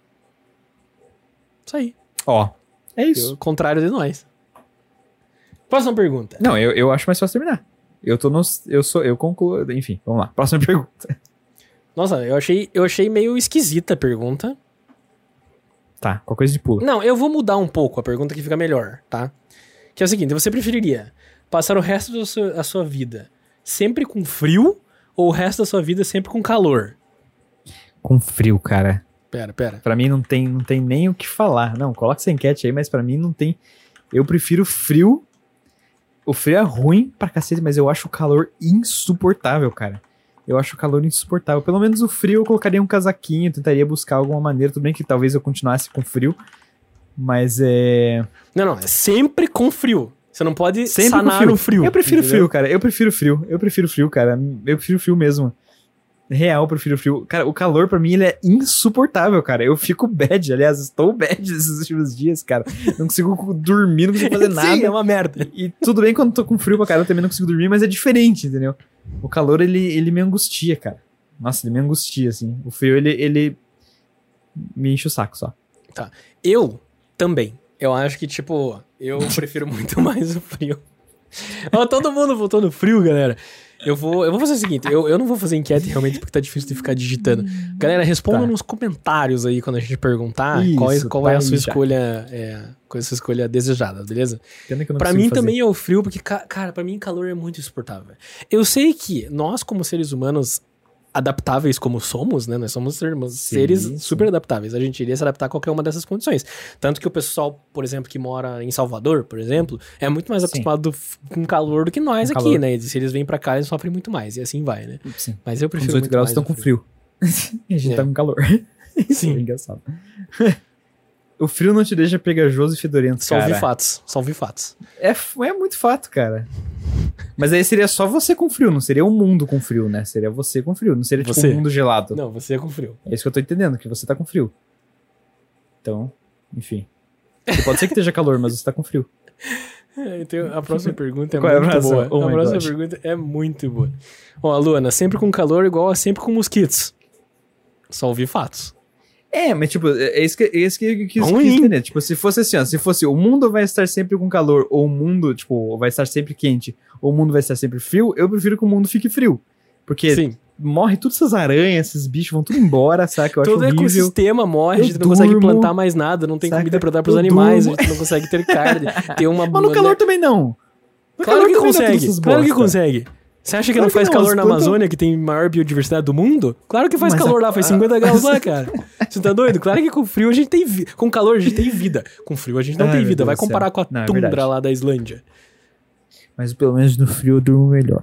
Isso aí. Ó, é isso. O contrário de nós. Próxima pergunta. Não, eu acho mais fácil terminar. Eu concluo. Enfim, vamos lá. Próxima pergunta. Nossa, eu achei meio esquisita a pergunta. Tá, qualquer coisa de pula. Não, eu vou mudar um pouco a pergunta que fica melhor, tá? Que é o seguinte, você preferiria passar o resto da sua vida sempre com frio ou o resto da sua vida sempre com calor? Com frio, cara. Pera. Pra mim não tem nem o que falar. Não, coloca essa enquete aí, mas pra mim não tem... Eu prefiro frio. O frio é ruim pra cacete, mas eu acho o calor insuportável, cara. Eu acho o calor insuportável. Pelo menos o frio eu colocaria um casaquinho, tentaria buscar alguma maneira. Tudo bem que talvez eu continuasse com frio, mas é... Não, é sempre com frio. Você não pode Sempre sanar com o frio. Eu prefiro entendeu? frio, cara. Eu prefiro frio, cara. Eu prefiro frio mesmo. Real, eu prefiro frio. Cara, o calor pra mim ele é insuportável, cara. Eu fico bad, aliás, estou bad esses últimos dias, cara. Não consigo dormir, não consigo fazer nada. Sim, é uma merda. E tudo bem quando tô com frio pra caralho, eu também não consigo dormir, mas é diferente, entendeu? O calor, ele me angustia, cara. Nossa, ele me angustia, assim. O frio, ele me enche o saco só. Tá. Eu também. Eu acho que, tipo, eu prefiro muito mais o frio. Ó, todo mundo votou no frio, galera. Eu vou fazer o seguinte, eu não vou fazer enquete realmente porque tá difícil de ficar digitando. Galera, responda nos comentários aí quando a gente perguntar Isso, qual é a tá sua aí já. escolha, qual é a sua escolha desejada, beleza? Pena que eu não Pra consigo mim fazer. também é o frio, porque, cara, pra mim calor é muito insuportável. Eu sei que nós, como seres humanos adaptáveis como somos, né? Nós somos seres sim. super adaptáveis. A gente iria se adaptar a qualquer uma dessas condições. Tanto que o pessoal, por exemplo, que mora em Salvador, por exemplo, é muito mais Sim. acostumado com calor do que nós Com aqui, calor. né? E se eles vêm pra cá, eles sofrem muito mais. E assim vai, né? Sim. Mas eu Com prefiro 18 muito graus mais estão o com frio. E a gente É. tá com calor. Isso Sim. é engraçado. O frio não te deixa pegajoso e fedorento, Só cara. ouvi fatos. É muito fato, cara. Mas aí seria só você com frio, não seria o mundo com frio, né? Seria você com frio, não seria tipo Você. um mundo gelado. Não, você é com frio. É isso que eu tô entendendo, que você tá com frio. Então, enfim. E pode ser que esteja calor, mas você tá com frio. Então, a próxima pergunta é Qual é a muito razão? boa. Oh A my próxima God. pergunta é muito boa. Ó, Luana, sempre com calor igual a sempre com mosquitos. Só ouvi fatos. É, mas tipo, é isso que eu quis Ruim. entender. Tipo, se fosse assim, ó, se fosse o mundo vai estar sempre com calor, ou o mundo, tipo, vai estar sempre quente, ou o mundo vai estar sempre frio, eu prefiro que o mundo fique frio. Porque Sim. morre todas essas aranhas, esses bichos vão tudo embora, saca? Eu acho Todo horrível. ecossistema morre, Eu a gente não consegue durmo, plantar mais nada, não tem saca? comida pra dar pros Eu animais, durmo. a gente não consegue ter carne. Tem uma... Mas no calor também não. No Claro calor que também não, todas consegue, essas claro que bosta. consegue. Você acha que Claro não que faz não, calor as na plantas- Amazônia, que tem maior biodiversidade do mundo? Claro que faz Mas calor lá, faz 50 graus lá, cara. Você tá doido? Claro que com frio a gente tem vida. Com calor a gente tem vida. Com frio a gente não Ai, tem meu vida. Deus Vai do céu. comparar com a Não, é tundra verdade. lá da Islândia. Mas pelo menos no frio eu durmo melhor.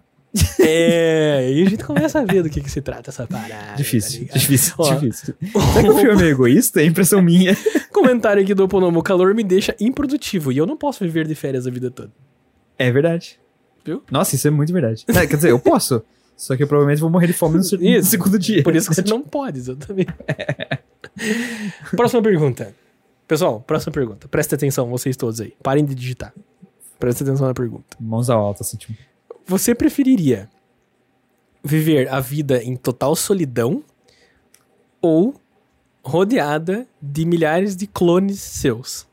E a gente começa a ver do que se trata essa parada. Difícil, tá ligado? difícil, Ó, difícil. Será que o frio é meio egoísta? É impressão minha. Comentário aqui do Oponomo: o calor me deixa improdutivo e eu não posso viver de férias a vida toda. É verdade. Viu? Nossa, isso é muito verdade. Quer dizer, eu posso. Só que eu provavelmente vou morrer de fome no Isso. segundo dia. Por isso que você não pode, exatamente. Próxima pergunta. Pessoal, próxima pergunta. Presta atenção, vocês todos aí. Parem de digitar. Presta atenção na pergunta. Mãos ao alto, assim, tipo. Você preferiria viver a vida em total solidão ou rodeada de milhares de clones seus?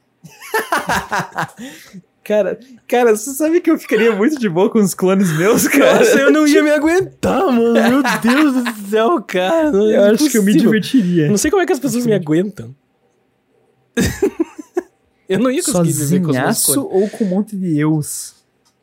Cara, você sabe que eu ficaria muito de boa com os clones meus, cara? Nossa, eu não ia me aguentar, mano. Meu Deus do céu, cara. Não é Eu acho que eu me possível. divertiria. Não sei como é que as pessoas me aguentam. Eu não ia conseguir viver com os meus Sozinhaço clones. ou com um monte de eus?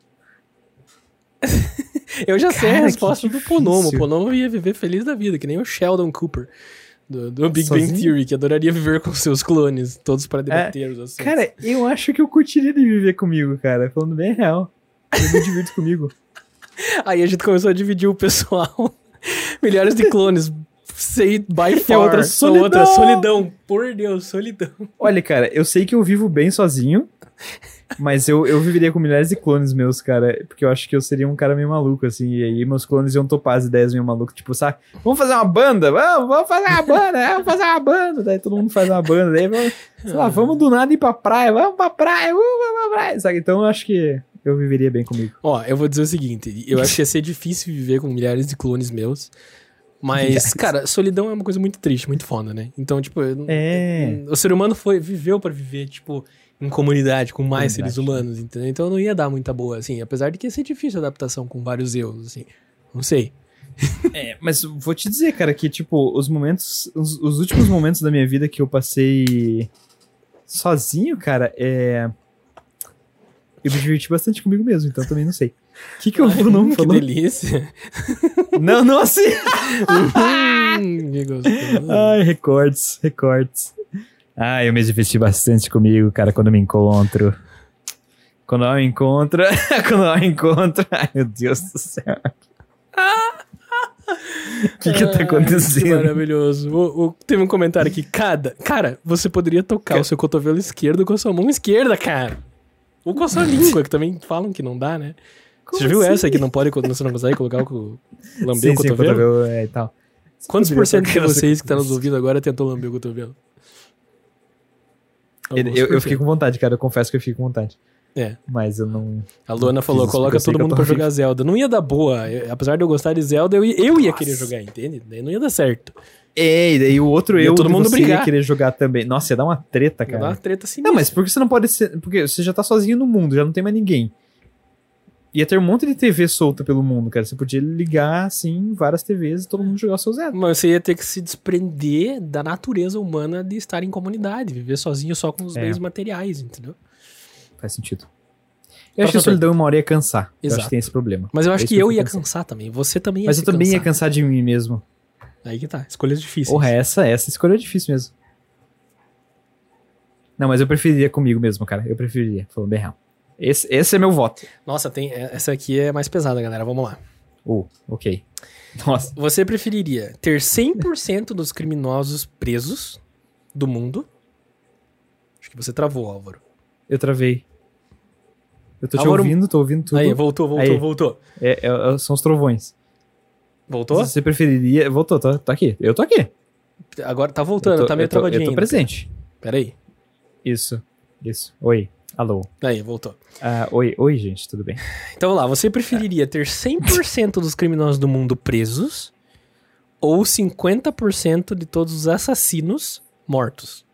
Eu já sei a Cara, resposta que do Ponomo. O difícil. Ponomo ia viver feliz da vida, que nem o Sheldon Cooper. Do Big Bang Sozinho? Theory, que adoraria viver com seus clones, todos para debater os assuntos. Cara, eu acho que eu curtiria de viver comigo, cara. Falando bem real. Eu me divirto comigo. Aí a gente começou a dividir o pessoal. Milhares de clones. Say by far. outra, A solidão. outra, solidão. Por Deus, solidão. Olha, cara, eu sei que eu vivo bem sozinho, mas eu viveria com milhares de clones meus, cara, porque eu acho que eu seria um cara meio maluco, assim, e aí meus clones iam topar as ideias meio malucas, tipo, sabe, vamos fazer uma banda? Vamos fazer uma banda, vamos fazer uma banda, daí todo mundo faz uma banda, daí vamos, sei lá, vamos do nada ir pra praia, vamos pra praia, sabe, então eu acho que eu viveria bem comigo. Ó, eu vou dizer o seguinte. Eu acho que ia ser difícil viver com milhares de clones meus. Mas, Milhares. cara, solidão é uma coisa muito triste, muito foda, né? Então, tipo, o ser humano viveu pra viver, tipo, em comunidade, com mais seres humanos, entendeu? Então não ia dar muita boa, assim. Apesar de que ia ser difícil a adaptação com vários eus, assim. Não sei. Mas vou te dizer, cara, que, tipo, os últimos momentos da minha vida que eu passei sozinho, cara, eu me diverti bastante comigo mesmo, então também não sei. O que o Bruno Que falou? delícia. Não assim. Que gostoso. Ai, recortes. Eu me diverti bastante comigo, cara, quando eu me encontro. Quando eu me encontro. Ai, meu Deus do céu. O que tá acontecendo? Que maravilhoso. Teve um comentário aqui. Cara, você poderia tocar o seu cotovelo esquerdo com a sua mão esquerda, cara. Ou com a sua língua, que também falam que não dá, né? Como você já viu assim? essa que você não consegue colocar lamber o cotovelo? E tal. Quantos por cento de tocar vocês essa que tá nos coisa? ouvindo agora tentou lamber o cotovelo? Eu fiquei com vontade, cara. Eu confesso que eu fiquei com vontade. É. Mas eu não... A Luana não falou, fiz isso, porque coloca eu sei todo que eu mundo tô pra horrível. jogar Zelda. Não ia dar boa. Apesar de eu gostar de Zelda, eu ia querer jogar, entende? Daí não ia dar certo. E daí o outro Ia todo mundo você brigar. ia querer jogar também. Nossa, ia dar uma treta, Ia cara. dar uma treta assim. Não, mas por que você não pode ser... Porque você já tá sozinho no mundo, já não tem mais ninguém. Ia ter um monte de TV solta pelo mundo, cara. Você podia ligar, assim, várias TVs e todo mundo jogar o seu Zelda. Mas você ia ter que se desprender da natureza humana de estar em comunidade, viver sozinho só com os bens materiais, entendeu? Faz sentido. Eu acho que a solidão uma hora ia cansar. Eu acho Exato. que tem esse problema. Mas eu acho É isso que eu tô ia pensando. cansar também. Você também ia Mas se eu também ia cansar. cansar de mim mesmo. Aí que tá. Escolhas difíceis. Porra, essa escolha é difícil mesmo. Não, mas eu preferiria comigo mesmo, cara. Eu preferiria, falando bem real. Esse é meu voto. Nossa, essa aqui é mais pesada, galera. Vamos lá. Ok. Nossa. Você preferiria ter 100% dos criminosos presos do mundo? Acho que você travou, Álvaro. Eu travei. Eu tô Álvaro- tô ouvindo tudo. Aí, voltou. Aí. Voltou. São os trovões. Voltou? Você preferiria... Voltou, tô aqui. Eu tô aqui. Agora tá voltando, tá meio travadinho Eu tô ainda. presente. Pera aí. Isso. Oi. Alô. Aí, voltou. Oi, gente, tudo bem? Então vamos lá, você preferiria ter 100% dos criminosos do mundo presos ou 50% de todos os assassinos mortos?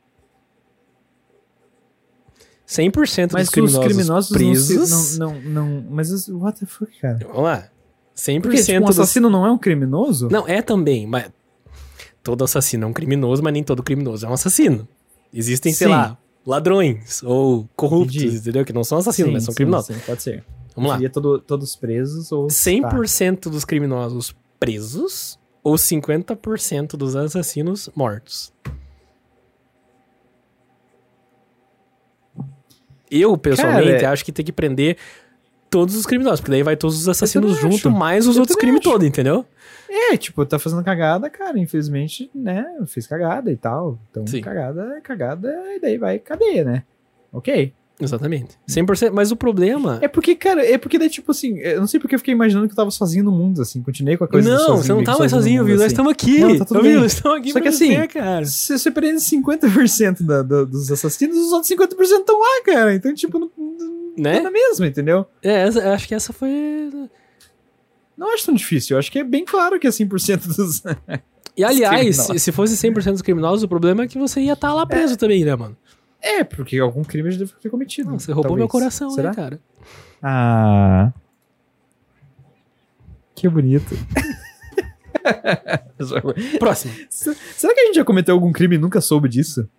100% Mas dos criminosos, os criminosos presos... não... Mas what the fuck, cara? Vamos lá. 100% Porque, tipo, um dos... assassino não é um criminoso? Não, é também, mas... Todo assassino é um criminoso, mas nem todo criminoso é um assassino. Existem, sei Sim. lá, ladrões ou corruptos, Entendi. entendeu? Que não são assassinos, mas são criminosos. Sim, pode ser. Vamos lá. Seria todos presos ou... 100% dos criminosos presos ou 50% dos assassinos mortos? Eu, pessoalmente, Cara, acho que tem que prender todos os criminosos, porque daí vai todos os assassinos também junto, acho. mais os Eu outros também crimes acho. todos, entendeu? Tipo, tá fazendo cagada, cara, infelizmente, né, eu fiz cagada e tal. Então, Sim. cagada, e daí vai cadeia, né? Ok. Exatamente. 100%, mas o problema... Porque daí, tipo assim, eu não sei porque eu fiquei imaginando que eu tava sozinho no mundo, assim, continuei com a coisa do Não, sozinho, você não vivo tá mais no sozinho, mundo, viu? Nós assim. estamos aqui. Não, tá tudo Viu? bem. Nós estamos aqui Só que pra assim, você, cara. Se você prende 50% dos assassinos, os outros 50% estão lá, cara. Então, tipo, não Né? é na mesma, entendeu? Eu acho que essa foi... Não acho tão difícil. Eu acho que é bem claro que é 100% dos... E aliás, criminosos. se fosse 100% dos criminosos, o problema é que você ia estar lá preso também, né, mano? Porque algum crime já deve ter cometido. Não, você roubou talvez. meu coração, Será? né, cara? Ah. Que bonito. Próximo. Será que a gente já cometeu algum crime e nunca soube disso?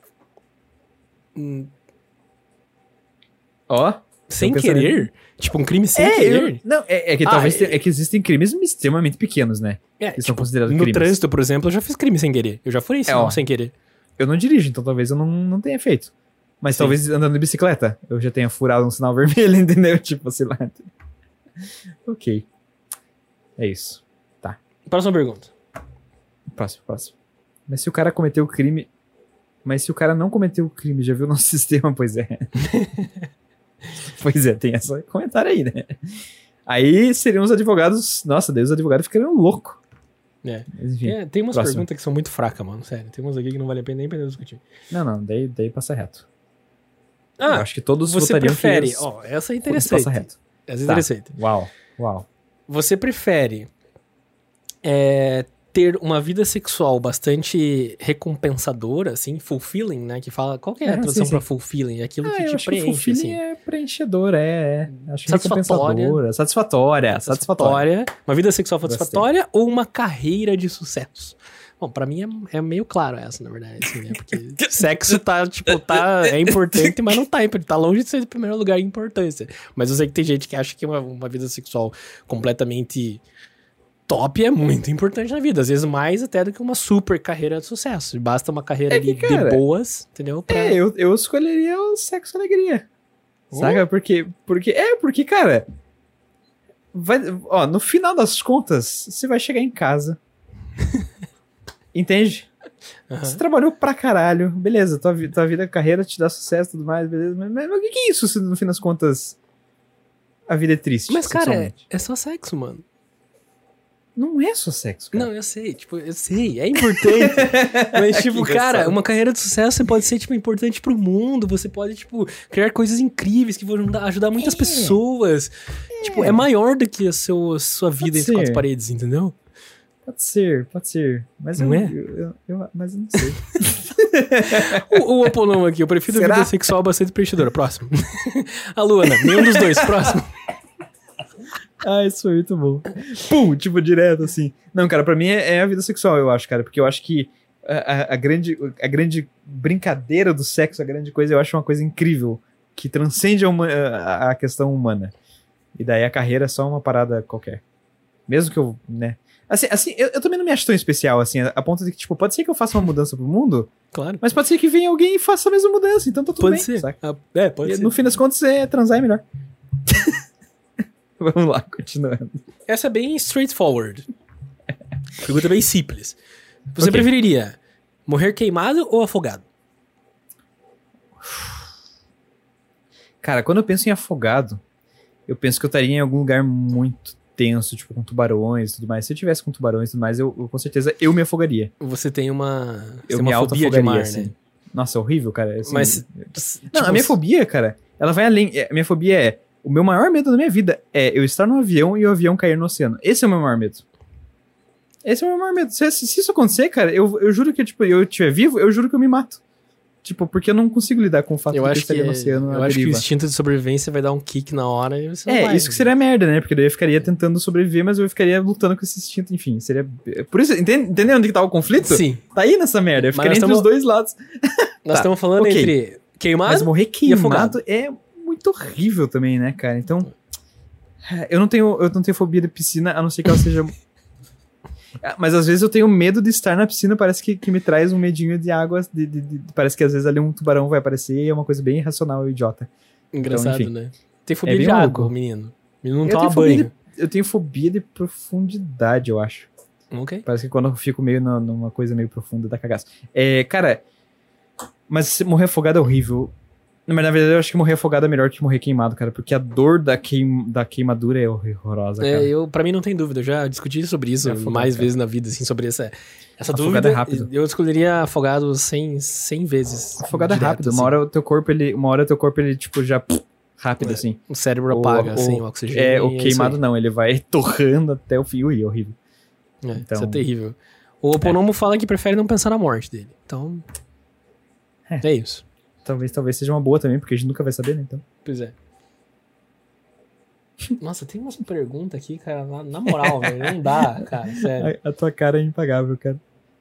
Ó. Sem tô pensando querer? Tipo, um crime sem querer? Que talvez é que existem crimes extremamente pequenos, né? Que são considerados no crimes. trânsito, por exemplo, eu já fiz crime sem querer. Eu já furei sinal ó. sem querer. Eu não dirijo, então talvez eu não tenha feito. Mas Sim. talvez andando de bicicleta eu já tenha furado um sinal vermelho, entendeu? Tipo, sei lá. Ok. É isso. Próxima pergunta. Próximo. Mas se o cara cometeu o crime... Mas se o cara não cometeu o crime, já viu o nosso sistema? Pois é. Pois é, tem esse comentário aí, né? Aí seriam os advogados... Nossa, daí os advogados ficariam loucos. É. Mas, enfim. Tem umas próximo. perguntas que são muito fracas, mano. Sério. Tem umas aqui que não vale a pena nem pra discutir. Não, daí passa reto. Eu acho que todos você votariam prefere... que... Ó, essa é Foda-se, interessante. passa reto. Essa é Tá. interessante. Uau. Você prefere ter uma vida sexual bastante recompensadora, assim, fulfilling, né? Que fala, qual que é a tradução sim, pra sim. fulfilling? É aquilo que eu te acho preenche, que fulfilling assim. é preenchedor, Acho que Satisfatória. recompensadora. Satisfatória. Uma vida sexual Gostei. satisfatória ou uma carreira de sucesso? Bom, pra mim é meio claro essa, na verdade, assim, né? Porque sexo é importante, mas não tá longe de ser o primeiro lugar em importância. Mas eu sei que tem gente que acha que uma vida sexual completamente top é muito importante na vida. Às vezes mais até do que uma super carreira de sucesso. Basta uma carreira de boas, entendeu? Eu escolheria o sexo e alegria. Saca? Porque, cara, no final das contas, você vai chegar em casa. Entende? Uhum. Você trabalhou pra caralho, beleza, tua vida, carreira te dá sucesso e tudo mais, beleza, mas o que é isso se no fim das contas a vida é triste? Mas, cara, é só sexo, mano. Não é só sexo, cara. Não, eu sei, é importante. Mas, cara, uma carreira de sucesso pode ser, importante pro mundo, você pode, criar coisas incríveis que vão ajudar muitas pessoas. É maior do que a sua vida entre quatro paredes, entendeu? Pode ser. Mas não mas eu não sei. o Apolão aqui, eu prefiro a vida sexual bastante preenchedora. Próximo. A Luana, nenhum dos dois. Próximo. Isso foi muito bom. Pum, direto, assim. Não, cara, pra mim é a vida sexual, eu acho, cara. Porque eu acho que a grande brincadeira do sexo, a grande coisa, eu acho uma coisa incrível. Que transcende a questão humana. E daí a carreira é só uma parada qualquer. Mesmo que eu, né... Assim, eu também não me acho tão especial, assim, a ponto de que, pode ser que eu faça uma mudança pro mundo, claro, mas pode ser que venha alguém e faça a mesma mudança, então tá tudo bem, saca? Pode ser. No fim das contas, transar é melhor. Vamos lá, continuando. Essa é bem straightforward. Pergunta bem simples. Você preferiria morrer queimado ou afogado? Cara, quando eu penso em afogado, eu penso que eu estaria em algum lugar muito tenso, com tubarões e tudo mais. Se eu tivesse com tubarões e tudo mais, eu com certeza eu me afogaria. Você tem uma fobia de mar, assim. né? Nossa, é horrível, cara. Assim, mas... Não, a minha fobia, cara, ela vai além. A minha fobia é... O meu maior medo da minha vida é eu estar num avião e o avião cair no oceano. Esse é o meu maior medo. Esse é o meu maior medo. Se isso acontecer, cara, eu juro que, eu estiver vivo, eu juro que eu me mato. Porque eu não consigo lidar com o fato de eu estaria no oceano. Eu acho que o instinto de sobrevivência vai dar um kick na hora e você não vai, isso que seria merda, né? Porque daí eu ficaria tentando sobreviver, mas eu ficaria lutando com esse instinto, enfim. Seria... Por isso, entendeu onde que tá o conflito? Sim. Tá aí nessa merda. Eu ficaria entre os dois lados. Nós estamos falando entre queimado mas morrer queimado e é muito horrível também, né, cara? Então, eu não tenho fobia de piscina, a não ser que ela seja... Mas às vezes eu tenho medo de estar na piscina, parece que me traz um medinho de água, parece que às vezes ali um tubarão vai aparecer, é uma coisa bem irracional e idiota. Engraçado, então, né? Tem fobia de água, menino. Menino não toma banho. Eu tenho fobia de profundidade, eu acho. Ok. Parece que quando eu fico meio numa coisa meio profunda da cagaça. Cara, mas morrer afogado é horrível. Mas na verdade eu acho que morrer afogado é melhor que morrer queimado, cara, porque a dor da queimadura é horrorosa, cara. Pra mim não tem dúvida, eu já discuti sobre isso mais vezes na vida, assim, sobre essa dúvida. É rápido. Eu escolheria afogado 100 vezes. Afogado direto, é rápido, assim. Uma hora o teu corpo, ele já, rápido, assim. O cérebro apaga, sem o oxigênio. O queimado não, ele vai torrando até o fio, e é horrível. Então... Isso é terrível. O Oponomo fala que prefere não pensar na morte dele, então... É isso. Talvez seja uma boa também, porque a gente nunca vai saber, né? Então. Pois é. Nossa, tem umas perguntas aqui, cara, na moral, velho. Não dá, cara, sério. A tua cara é impagável, cara.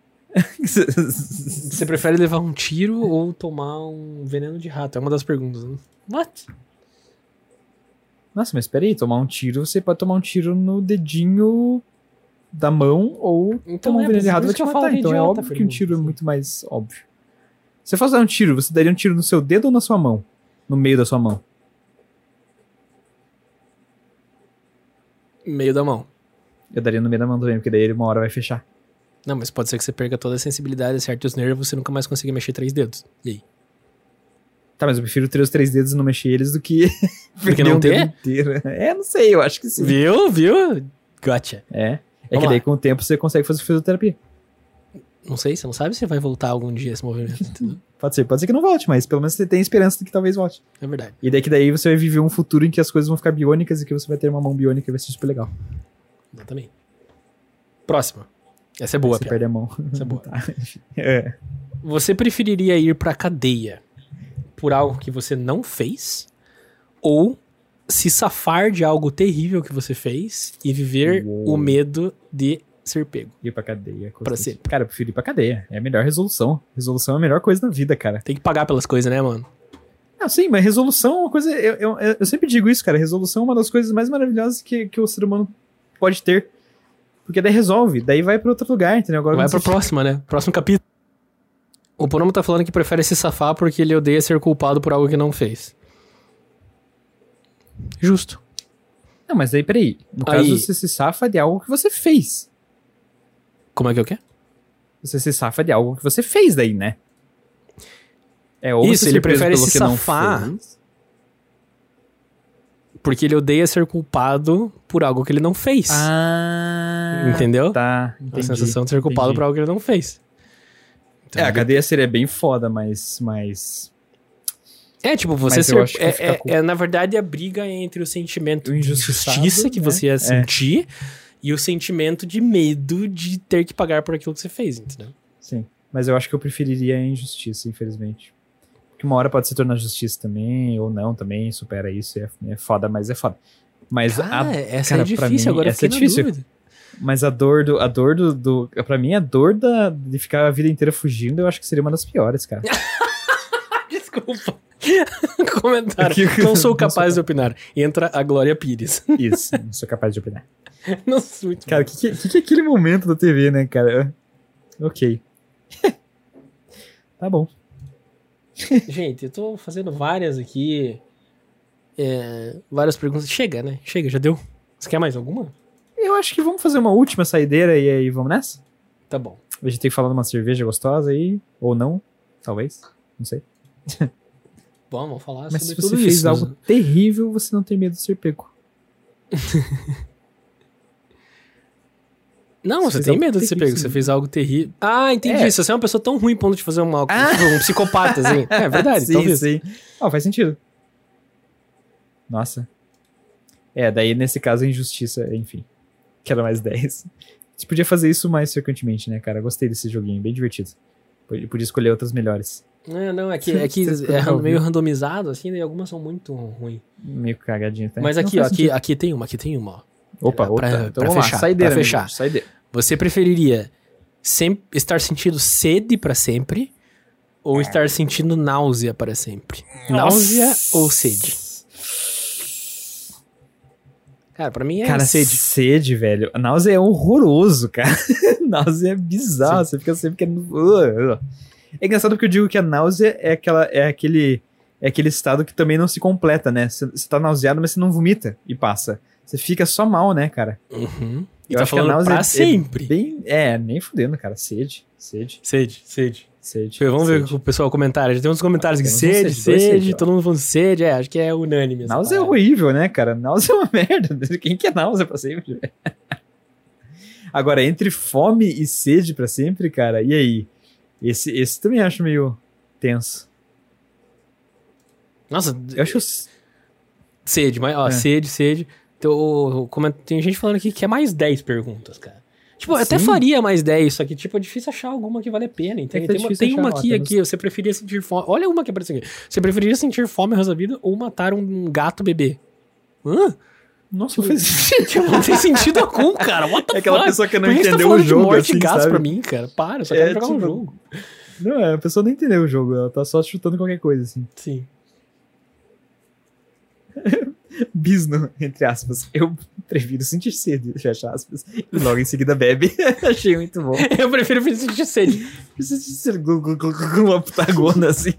Você prefere levar um tiro ou tomar um veneno de rato? É uma das perguntas, né? What? Nossa, mas peraí, tomar um tiro, você pode tomar um tiro no dedinho da mão ou tomar um veneno de rato vai te matar. Então é óbvio que um tiro é muito mais óbvio. Se você fosse dar um tiro, você daria um tiro no seu dedo ou na sua mão? No meio da sua mão? Meio da mão. Eu daria no meio da mão também, porque daí ele uma hora vai fechar. Não, mas pode ser que você perca toda a sensibilidade, certo? Os nervos, você nunca mais consiga mexer 3 dedos. E aí? Tá, mas eu prefiro ter os 3 dedos e não mexer eles do que... Porque não ter? Inteiro. Não sei, eu acho que sim. Viu? Gotcha. É que daí com o tempo você consegue fazer fisioterapia. Não sei, você não sabe se vai voltar algum dia esse movimento, entendeu? Pode ser que não volte, mas pelo menos você tem esperança de que talvez volte. É verdade. E daí você vai viver um futuro em que as coisas vão ficar biônicas e que você vai ter uma mão biônica e vai ser super legal. Exatamente. Próxima. Essa é boa, Você perde a mão. Essa é boa. Tá, enfim. É. Você preferiria ir pra cadeia por algo que você não fez? Ou se safar de algo terrível que você fez e viver o medo de ser pego? Ir pra cadeia. Pra sempre. Cara, eu prefiro ir pra cadeia. É a melhor resolução. Resolução é a melhor coisa na vida, cara. Tem que pagar pelas coisas, né, mano? Não, sim, mas resolução é uma coisa... Eu sempre digo isso, cara. Resolução é uma das coisas mais maravilhosas que o ser humano pode ter. Porque daí resolve. Daí vai pra outro lugar, entendeu? Agora Vai pra próxima, né? Próximo capítulo. O Ponomo tá falando que prefere se safar porque ele odeia ser culpado por algo que não fez. Justo. Não, mas daí, peraí. No Aí. caso, você se safa de algo que você fez. Como é que é o quê? Você se safa de algo que você fez daí, né? Ou Isso, você ele ser preso prefere pelo se que não safar. fez. Porque ele odeia ser culpado por algo que ele não fez. Ah, Entendeu? Tá, A entendi. sensação de ser culpado entendi. por algo que ele não fez. Então, A cadeia seria bem foda, mas... É, tipo, você Mas eu ser... acho que fica cool. na verdade, a briga entre o sentimento O de injustiçado, injustiça que né? você ia sentir e o sentimento de medo de ter que pagar por aquilo que você fez, entendeu? Sim, mas eu acho que eu preferiria a injustiça, infelizmente. Porque uma hora pode se tornar justiça também, ou não também, supera isso, é foda, mas é foda. Mas Essa cara, é pra difícil, mim, agora eu essa é fiquei na difícil. dúvida. Mas a dor do pra mim, a dor de ficar a vida inteira fugindo, eu acho que seria uma das piores, cara. Desculpa. Comentário. Que- Não sou não capaz de opinar. Entra a Glória Pires. Isso, não sou capaz de opinar. Não sou muito Cara, o que é aquele momento da TV, né, cara? Ok. Tá bom. Gente, eu tô fazendo várias aqui. Várias perguntas. Chega, né? Chega, já deu. Você quer mais alguma? Eu acho que vamos fazer uma última saideira e aí vamos nessa? Tá bom. A gente tem que falar de uma cerveja gostosa aí, ou não, talvez, não sei. Vamos falar Mas se sobre você tudo fez isso. algo terrível, você não tem medo de ser pego. Não, você fez tem algo medo de ser terrível, pego. Você sim. fez algo terrível. Ah, entendi. É. Se você é uma pessoa tão ruim ponto de fazer um mal, um psicopata, assim. É verdade, sim, talvez. sim. Faz sentido. Nossa. Daí nesse caso a injustiça, enfim. Quero mais 10. A gente podia fazer isso mais frequentemente, né, cara? Gostei desse joguinho, bem divertido. Podia escolher outras melhores. Não, é que Vocês é puderam meio ouvir. randomizado, assim, daí algumas são muito ruins. Meio cagadinho, tá? Mas Não aqui, faz ó, sentido. aqui tem uma, ó. Opa, pra então pra vamos fechar, lá. Saideira, pra meu fechar. gente, saideira. Você preferiria estar sentindo sede pra sempre ou estar sentindo náusea para sempre? Náusea ou sede? Cara, pra mim é Cara, sede. sede, velho. A náusea é horroroso, cara. náusea é bizarro. Você fica sempre querendo. É engraçado porque eu digo que a náusea é aquele estado que também não se completa, né? Você tá nauseado, mas você não vomita e passa. Você fica só mal, né, cara? Uhum. E Eu tá acho que a falando náusea pra sempre. Nem fudendo, cara. Sede. Sede. Vamos Vamos ver o pessoal comentário. Já tem uns comentários que temos sede, dois sede, ó. todo mundo falando sede. Acho que é unânime. essa Náusea é parada. horrível, né, cara? Náusea é uma merda. Quem quer náusea pra sempre? Agora, entre fome e sede pra sempre, cara, e aí? Esse também acho meio tenso. Nossa, Eu acho... sede, mas ó, É. sede. Então, tem gente falando aqui que é mais 10 perguntas, cara. Tipo, eu até Sim. faria mais 10, só que, tipo, é difícil achar alguma que vale a pena, entende? tá Tem difícil uma achar, ó, aqui, você preferia sentir fome. Olha uma que apareceu aqui. Você preferia sentir fome o resto da vida ou matar um gato bebê? Hã? Nossa, não fez sentido. Tipo, não tem sentido algum, cara. What the É aquela fuck? pessoa que não Por que você tá entendeu falando o jogo, de morte assim, e gatos sabe? pra mim, cara? Para, eu só quero jogar um tipo, jogo. Não, a pessoa não entendeu o jogo, ela tá só chutando qualquer coisa, assim. Sim. Bisno, entre aspas. Eu prefiro sentir sede, fecha aspas. E logo em seguida bebe. Achei muito bom. Eu prefiro sentir sede. Preciso ser uma putagona, assim.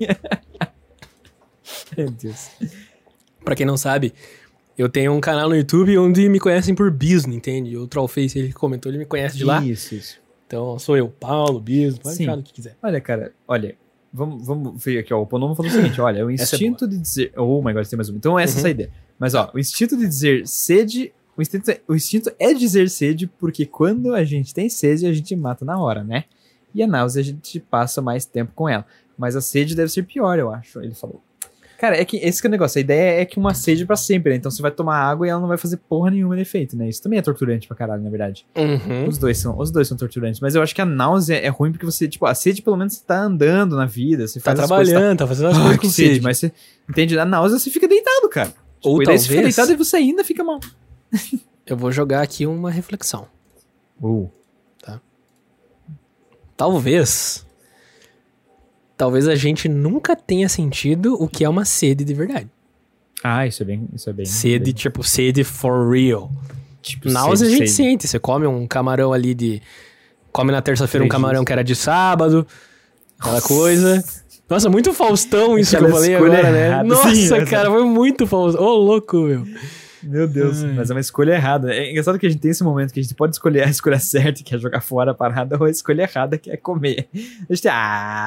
Meu Deus. Pra quem não sabe, eu tenho um canal no YouTube onde me conhecem por Bisno, entende? O Trollface, ele comentou, ele me conhece de lá. Isso. Então, sou eu, Paulo, Bisno, pode Sim. achar do que quiser. Olha, cara, vamos ver aqui, ó. O Ponomo falou o seguinte, olha, o Essa é instinto de dizer... Oh my God, tem mais uma. Então essa é Uhum. a ideia. Mas, ó, o instinto de dizer sede... O instinto é dizer sede porque quando a gente tem sede, a gente mata na hora, né? E a náusea, a gente passa mais tempo com ela. Mas a sede deve ser pior, eu acho, ele falou. Cara, é que esse que é o negócio. A ideia é que uma sede pra sempre, né? Então você vai tomar água e ela não vai fazer porra nenhuma de efeito, né? Isso também é torturante pra caralho, na verdade. Uhum. Os dois são torturantes. Mas eu acho que a náusea é ruim porque você, tipo, a sede pelo menos você tá andando na vida. Você Tá faz as coisas, trabalhando, tá fazendo as coisas com sede. mas você entende? A náusea você fica deitado, cara. Tipo, Ou e daí você fica talvez- deitado e você ainda fica mal. Eu vou jogar aqui uma reflexão. Talvez a gente nunca tenha sentido o que é uma sede de verdade. Ah, isso é bem. Sede, tipo, sede for real. tipo, Náusea a gente sede. sente. Você come um camarão ali de... Come na terça-feira um 3 camarão dias. que era de sábado. Aquela coisa. Nossa, muito Faustão isso Aquela que eu falei escolha agora, né? errada. Nossa, Sim, cara, foi muito Faustão. Ô, louco, meu. Meu Deus, mas é uma escolha errada. É engraçado que a gente tem esse momento que a gente pode escolher a escolha certa, que é jogar fora a parada, ou a escolha errada, que é comer. A gente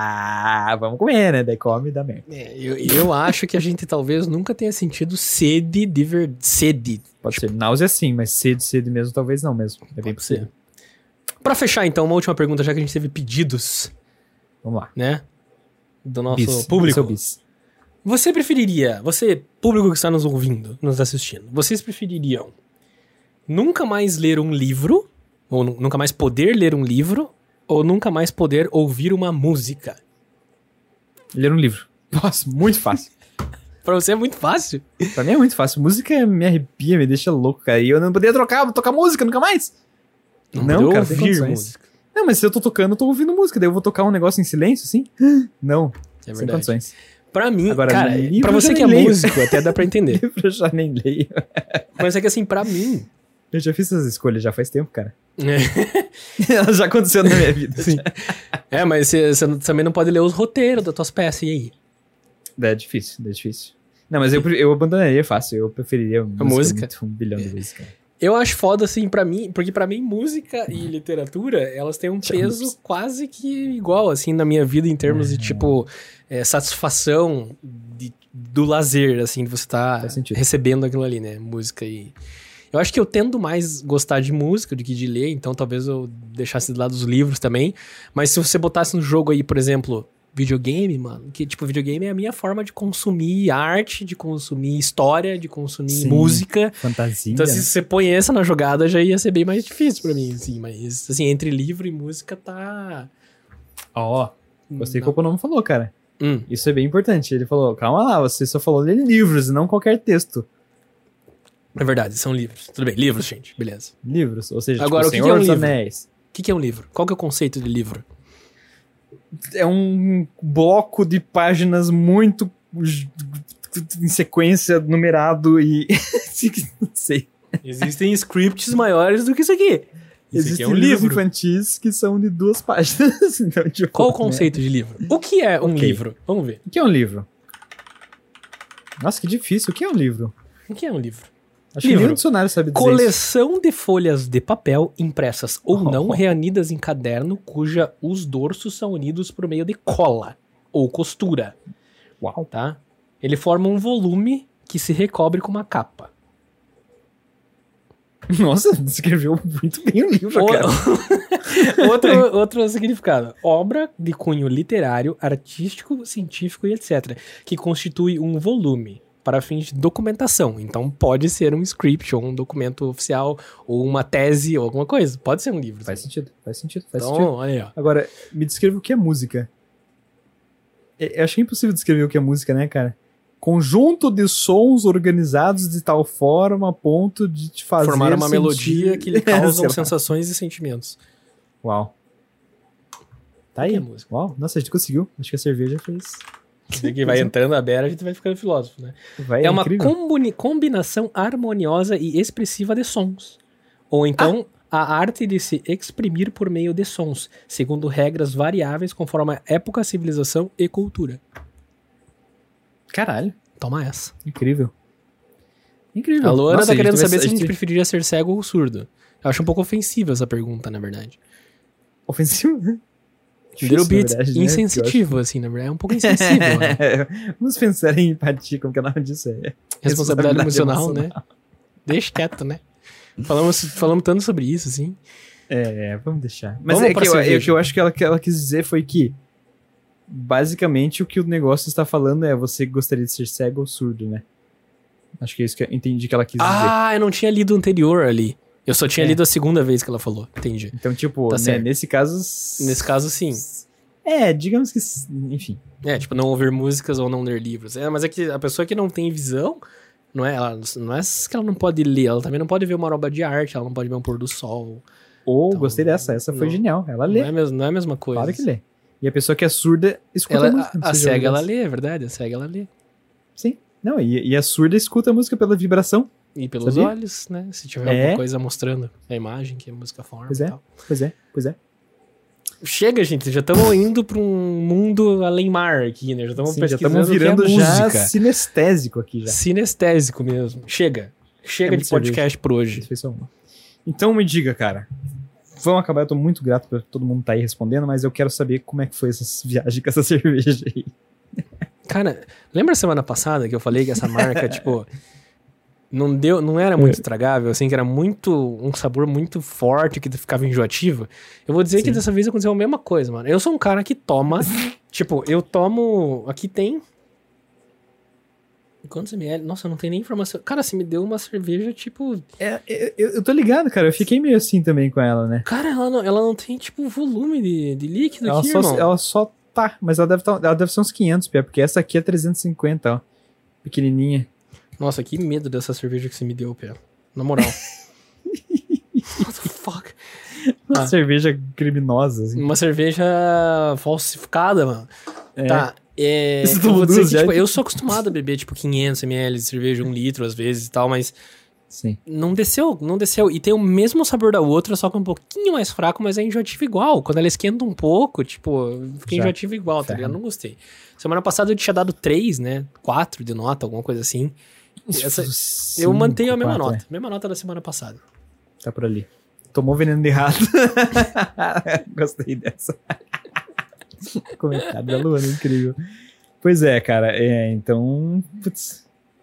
vamos comer, né? Daí come e dá merda. Eu acho que a gente talvez nunca tenha sentido sede de verdade. Sede. Pode ser náusea sim, mas sede mesmo, talvez não mesmo. É bem Pode ser. possível. Pra fechar, então, uma última pergunta, já que a gente teve pedidos, Vamos lá. né? Do nosso Bis. público. Seu bis. Você preferiria, público que está nos ouvindo, nos assistindo, vocês prefeririam nunca mais ler um livro, ou nunca mais poder ler um livro, ou nunca mais poder ouvir uma música? Ler um livro. Nossa, muito fácil. Pra você é muito fácil. Pra mim é muito fácil. Música me arrepia, me deixa louco, cara. E eu não poderia tocar música nunca mais. Não, cara, tem ouvir condições. música. Não, mas se eu tô tocando, eu tô ouvindo música. Daí eu vou tocar um negócio em silêncio, assim? Não, É sem verdade. condições. Pra mim, Agora, cara, livro pra eu você já que é nem leio. músico, até dá pra entender. Livro eu já nem leio. Mas é que assim, pra mim... Eu já fiz essas escolhas já faz tempo, cara. É, Elas já aconteceram na minha vida. sim. Mas você também não pode ler os roteiros das tuas peças, e aí? É difícil, é difícil. Não, mas eu abandonaria fácil. Eu preferiria música? muito, 1 bilhão de vezes, cara. Eu acho foda, assim, pra mim, porque pra mim música e literatura, elas têm um peso quase que igual, assim, na minha vida, em termos de, tipo, satisfação do lazer, assim, de você tá Faz sentido. recebendo aquilo ali, né, música e... Eu acho que eu tendo mais gostar de música do que de ler, então talvez eu deixasse de lado os livros também, mas se você botasse no jogo aí, por exemplo... videogame, mano, que tipo, videogame é a minha forma de consumir arte, de consumir história, de consumir Sim. música. Fantasia. Então, se você põe essa na jogada, já ia ser bem mais difícil pra mim, assim. Mas, assim, entre livro e música tá... Ó, gostei que Não. o Konomo falou, cara. Hum, Isso é bem importante. Ele falou, calma lá, você só falou ler livros, não qualquer texto. é verdade, são livros. Tudo bem, livros, gente, beleza. Livros, ou seja, Agora, tipo, o que é um Senhor dos livro? Anéis. O que é um livro? Qual que é o conceito de livro? É um bloco de páginas muito em sequência, numerado e... não sei. Existem scripts maiores do que isso aqui. Isso aqui Existem é um livros livro. infantis que são de 2 páginas. Então, tipo, Qual o conceito de livro? O que é um Ok. livro? Vamos ver. O que é um livro? Nossa, que difícil. O que é um livro? O que é um livro? Acho que Livro. nem o dicionário sabe dizer isso. Coleção de folhas de papel impressas ou não Oh. reunidas em caderno, cuja os dorsos são unidos por meio de cola ou costura, Uau. tá? Ele forma um volume que se recobre com uma capa. Nossa, descreveu muito bem o livro, cara. Outro significado. Obra de cunho literário, artístico, científico e etc. Que constitui um volume para fins de documentação. Então pode ser um script, ou um documento oficial, ou uma tese, ou alguma coisa. Pode ser um livro. Faz sentido. Então, Então, olha aí, ó. Agora, me descreva o que é música. Eu achei impossível descrever o que é música, né, cara? Conjunto de sons organizados de tal forma a ponto de te fazer Formar uma sentir... melodia que lhe Sei causam lá. sensações e sentimentos. Uau. Tá O que aí. é música? Uau. Nossa, a gente conseguiu. Acho que a cerveja fez... Isso aqui vai entrando na beira, a gente vai ficando filósofo, né? É uma incrível. combinação harmoniosa e expressiva de sons. Ou então, a arte de se exprimir por meio de sons, segundo regras variáveis conforme a época, civilização e cultura. Caralho. Toma essa. Incrível. Incrível. A Luana Nossa, tá querendo gente saber vai- se a gente gente- preferiria ser cego ou surdo. Eu acho um pouco ofensiva essa pergunta, na verdade. Ofensivo, né? Little Difícil, na bit verdade, né? insensitivo, assim, na verdade. É um pouco insensível, né? Vamos pensar em empatia, como que é o nome disso? Responsabilidade emocional, né? Deixa quieto, né? Falamos tanto sobre isso, assim. Vamos deixar. Mas Vamos é pra que, cerveja. o que eu acho que ela quis dizer foi que basicamente o que o negócio está falando é você gostaria de ser cego ou surdo, né? Acho que é isso que eu entendi que ela quis dizer. Ah, eu não tinha lido o anterior ali. Eu só tinha lido a segunda vez que ela falou. Entendi. Então, tipo, Tá né, certo. nesse caso... Nesse caso, sim. Digamos que... Enfim. Tipo, não ouvir músicas ou não ler livros. Mas é que a pessoa que não tem visão, não é que ela não pode ler, ela também não pode ver uma obra de arte, ela não pode ver um pôr do sol. Então, Gostei dessa. Essa foi genial. Ela lê. Não é a mesma coisa. Claro que lê. E a pessoa que é surda escuta a música. A cega, ela lê, é verdade. A cega, ela lê. Sim. Não, e a surda escuta a música pela vibração. E pelos olhos, né? Se tiver alguma coisa mostrando a imagem que a música forma pois e é, tal. Pois é. Chega, gente. Já estamos indo para um mundo além mar aqui, né? Já estamos pesquisando já estamos virando o que é música. já sinestésico aqui já. Sinestésico mesmo. Chega de podcast por hoje. Então me diga, cara. Vamos acabar, eu tô muito grato por todo mundo tá aí respondendo, mas eu quero saber como é que foi essa viagem com essa cerveja aí. Cara, lembra a semana passada que eu falei que essa marca, tipo, não era muito estragável, assim, que era um sabor muito forte, que ficava enjoativo? Eu vou dizer que dessa vez aconteceu a mesma coisa, mano. Eu sou um cara que toma, tipo, eu tomo, aqui tem... Quantos ml? Nossa, não tem nem informação. Cara, você me deu uma cerveja, tipo... Eu tô ligado, cara. Eu fiquei meio assim também com ela, né? Cara, ela não tem, tipo, volume de líquido aqui, irmão. Ela só tá, mas ela deve ser uns 500, Pia, porque essa aqui é 350, ó. Pequenininha. Nossa, que medo dessa cerveja que você me deu, Pia. Na moral. What the fuck? Uma cerveja criminosa, assim. Uma cerveja falsificada, mano. Tá. Eu sou acostumado a beber, tipo, 500 ml de cerveja, 1 litro às vezes e tal, mas... Sim. Não desceu. E tem o mesmo sabor da outra, só que um pouquinho mais fraco, mas é enjoativo igual. Quando ela esquenta um pouco, tipo, fica enjoativo igual, tá ligado? Não gostei. Semana passada eu tinha dado 3, né? 4 de nota, alguma coisa assim. Eu mantenho a mesma nota. Mesma nota da semana passada. Tá por ali. Tomou veneno de rato. Gostei dessa. Comentário da Luana, incrível. Pois é, cara. Então... Putz.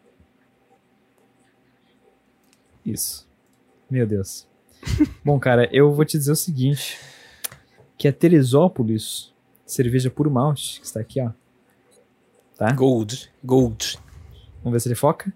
Isso. Meu Deus. Bom, cara, eu vou te dizer o seguinte. Que a Teresópolis, cerveja puro malte, que está aqui, ó. Tá? Gold. Vamos ver se ele foca.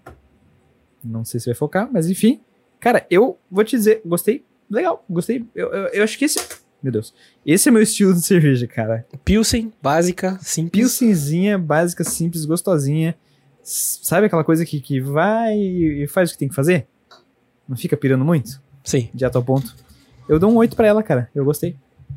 Não sei se vai focar, mas enfim. Cara, eu vou te dizer, gostei. Legal, gostei. Eu acho que esse... Meu Deus. Esse é meu estilo de cerveja, cara. Pilsen, básica, simples. Pilsenzinha, básica, simples, gostosinha. Sabe aquela coisa que vai e faz o que tem que fazer? Não fica pirando muito? Sim. Direto ao ponto. Eu dou um 8 pra ela, cara. Eu gostei.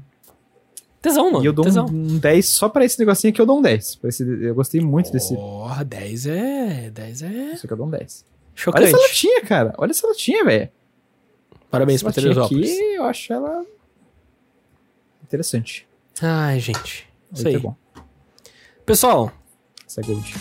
Tesão, mano. E eu dou um 10 só pra esse negocinho aqui, eu dou um 10. Eu gostei muito desse. Porra, 10 é... Isso aqui eu dou um 10. Chocante. Olha essa latinha, cara. Olha essa latinha, velho. Parabéns pra Teresópolis. Aqui, eu acho ela... interessante. Ai, gente. Isso aí. É bom. Pessoal. Essa é Gold.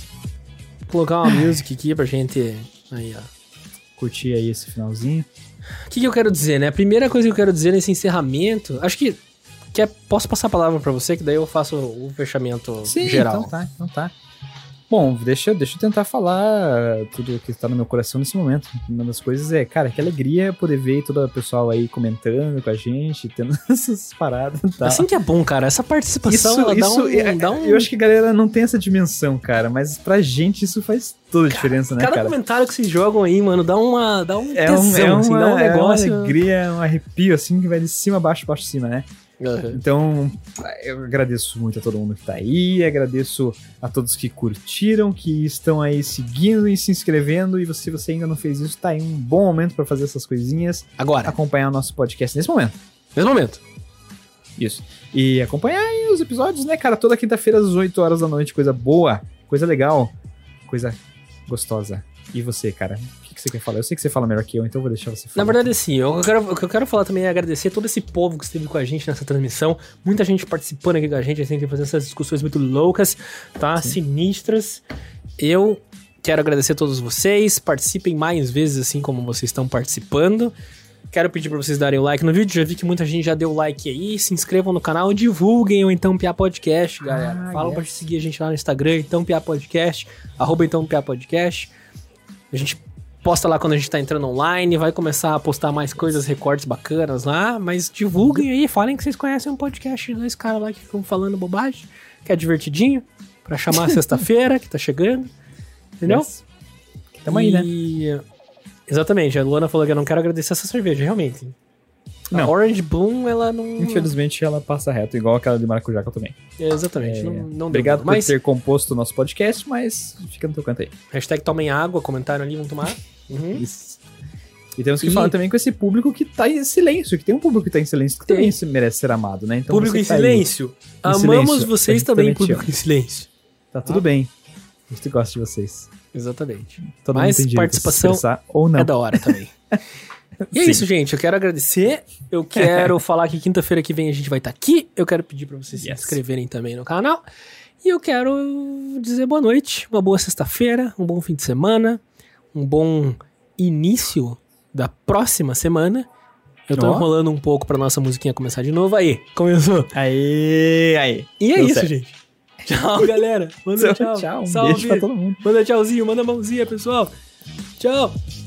Vou colocar uma music aqui pra gente... Aí, ó. Curtir aí esse finalzinho. O que eu quero dizer, né? A primeira coisa que eu quero dizer nesse encerramento... Acho que posso passar a palavra pra você, que daí eu faço o fechamento geral. Então tá. Bom, deixa eu tentar falar tudo que tá no meu coração nesse momento. Uma das coisas é, cara, que alegria poder ver todo o pessoal aí comentando com a gente, tendo essas paradas e tal. Assim que é bom, cara. Essa participação, dá um... Eu acho que a galera não tem essa dimensão, cara, mas pra gente isso faz toda a diferença, né, cara? Cada comentário que vocês jogam aí, mano, dá um tesão, assim, dá um negócio... É uma alegria, um arrepio, assim, que vai de cima a baixo, baixo a cima, né? Uhum. Então, eu agradeço muito a todo mundo que tá aí, agradeço a todos que curtiram, que estão aí seguindo e se inscrevendo, e se você ainda não fez isso, tá aí um bom momento pra fazer essas coisinhas. Agora. Acompanhar o nosso podcast nesse momento. Nesse momento. Isso. E acompanhar aí os episódios, né, cara? Toda quinta-feira às 8 horas da noite, coisa boa, coisa legal, coisa gostosa. E você, cara? O que você quer falar? Eu sei que você fala melhor que eu, então eu vou deixar você falar. Na verdade, sim. O que eu quero falar também é agradecer todo esse povo que esteve com a gente nessa transmissão. Muita gente participando aqui com a gente fazendo essas discussões muito loucas, tá? Sim. Sinistras. Eu quero agradecer a todos vocês. Participem mais vezes, assim como vocês estão participando. Quero pedir pra vocês darem o like no vídeo. Já vi que muita gente já deu o like aí. Se inscrevam no canal, divulguem o Então Piá Podcast, galera. Falam pra seguir a gente lá no Instagram, Então Piá Podcast, @Então Piá Podcast. A gente posta lá quando a gente tá entrando online, vai começar a postar mais coisas, recortes bacanas lá, mas divulguem aí, falem que vocês conhecem um podcast de 2 caras lá que ficam falando bobagem, que é divertidinho, pra chamar a sexta-feira, que tá chegando, entendeu? Yes. Tamo aí, né? Exatamente, a Luana falou que eu não quero agradecer essa cerveja, realmente. Não. A Orange Bloom, ela não... Infelizmente ela passa reto, igual aquela de maracujá que eu tomei. Exatamente, não Obrigado deu. por ter composto o nosso podcast, mas fica no teu canto aí. Hashtag tomem água, comentaram ali, vamos tomar. Uhum. Isso. E temos que falar também com esse público que tá em silêncio, que tem um público que tá em silêncio que também merece ser amado, né? Então, público em tá silêncio. Amamos vocês também, público em silêncio. Tá tudo bem. A gente gosta de vocês. Exatamente. Todo Mas mundo tem participação ou não. é da hora também. E é isso, gente. Eu quero agradecer. Eu quero falar que quinta-feira que vem a gente vai estar aqui. Eu quero pedir pra vocês se inscreverem também no canal. E eu quero dizer boa noite, uma boa sexta-feira, um bom fim de semana, um bom início da próxima semana. Eu tô enrolando um pouco pra nossa musiquinha começar de novo. Aí, começou. Aí. E é isso, gente. Tchau, galera. Manda tchau. Tchau. Salve. Beijo pra todo mundo. Manda tchauzinho, manda mãozinha, pessoal. Tchau.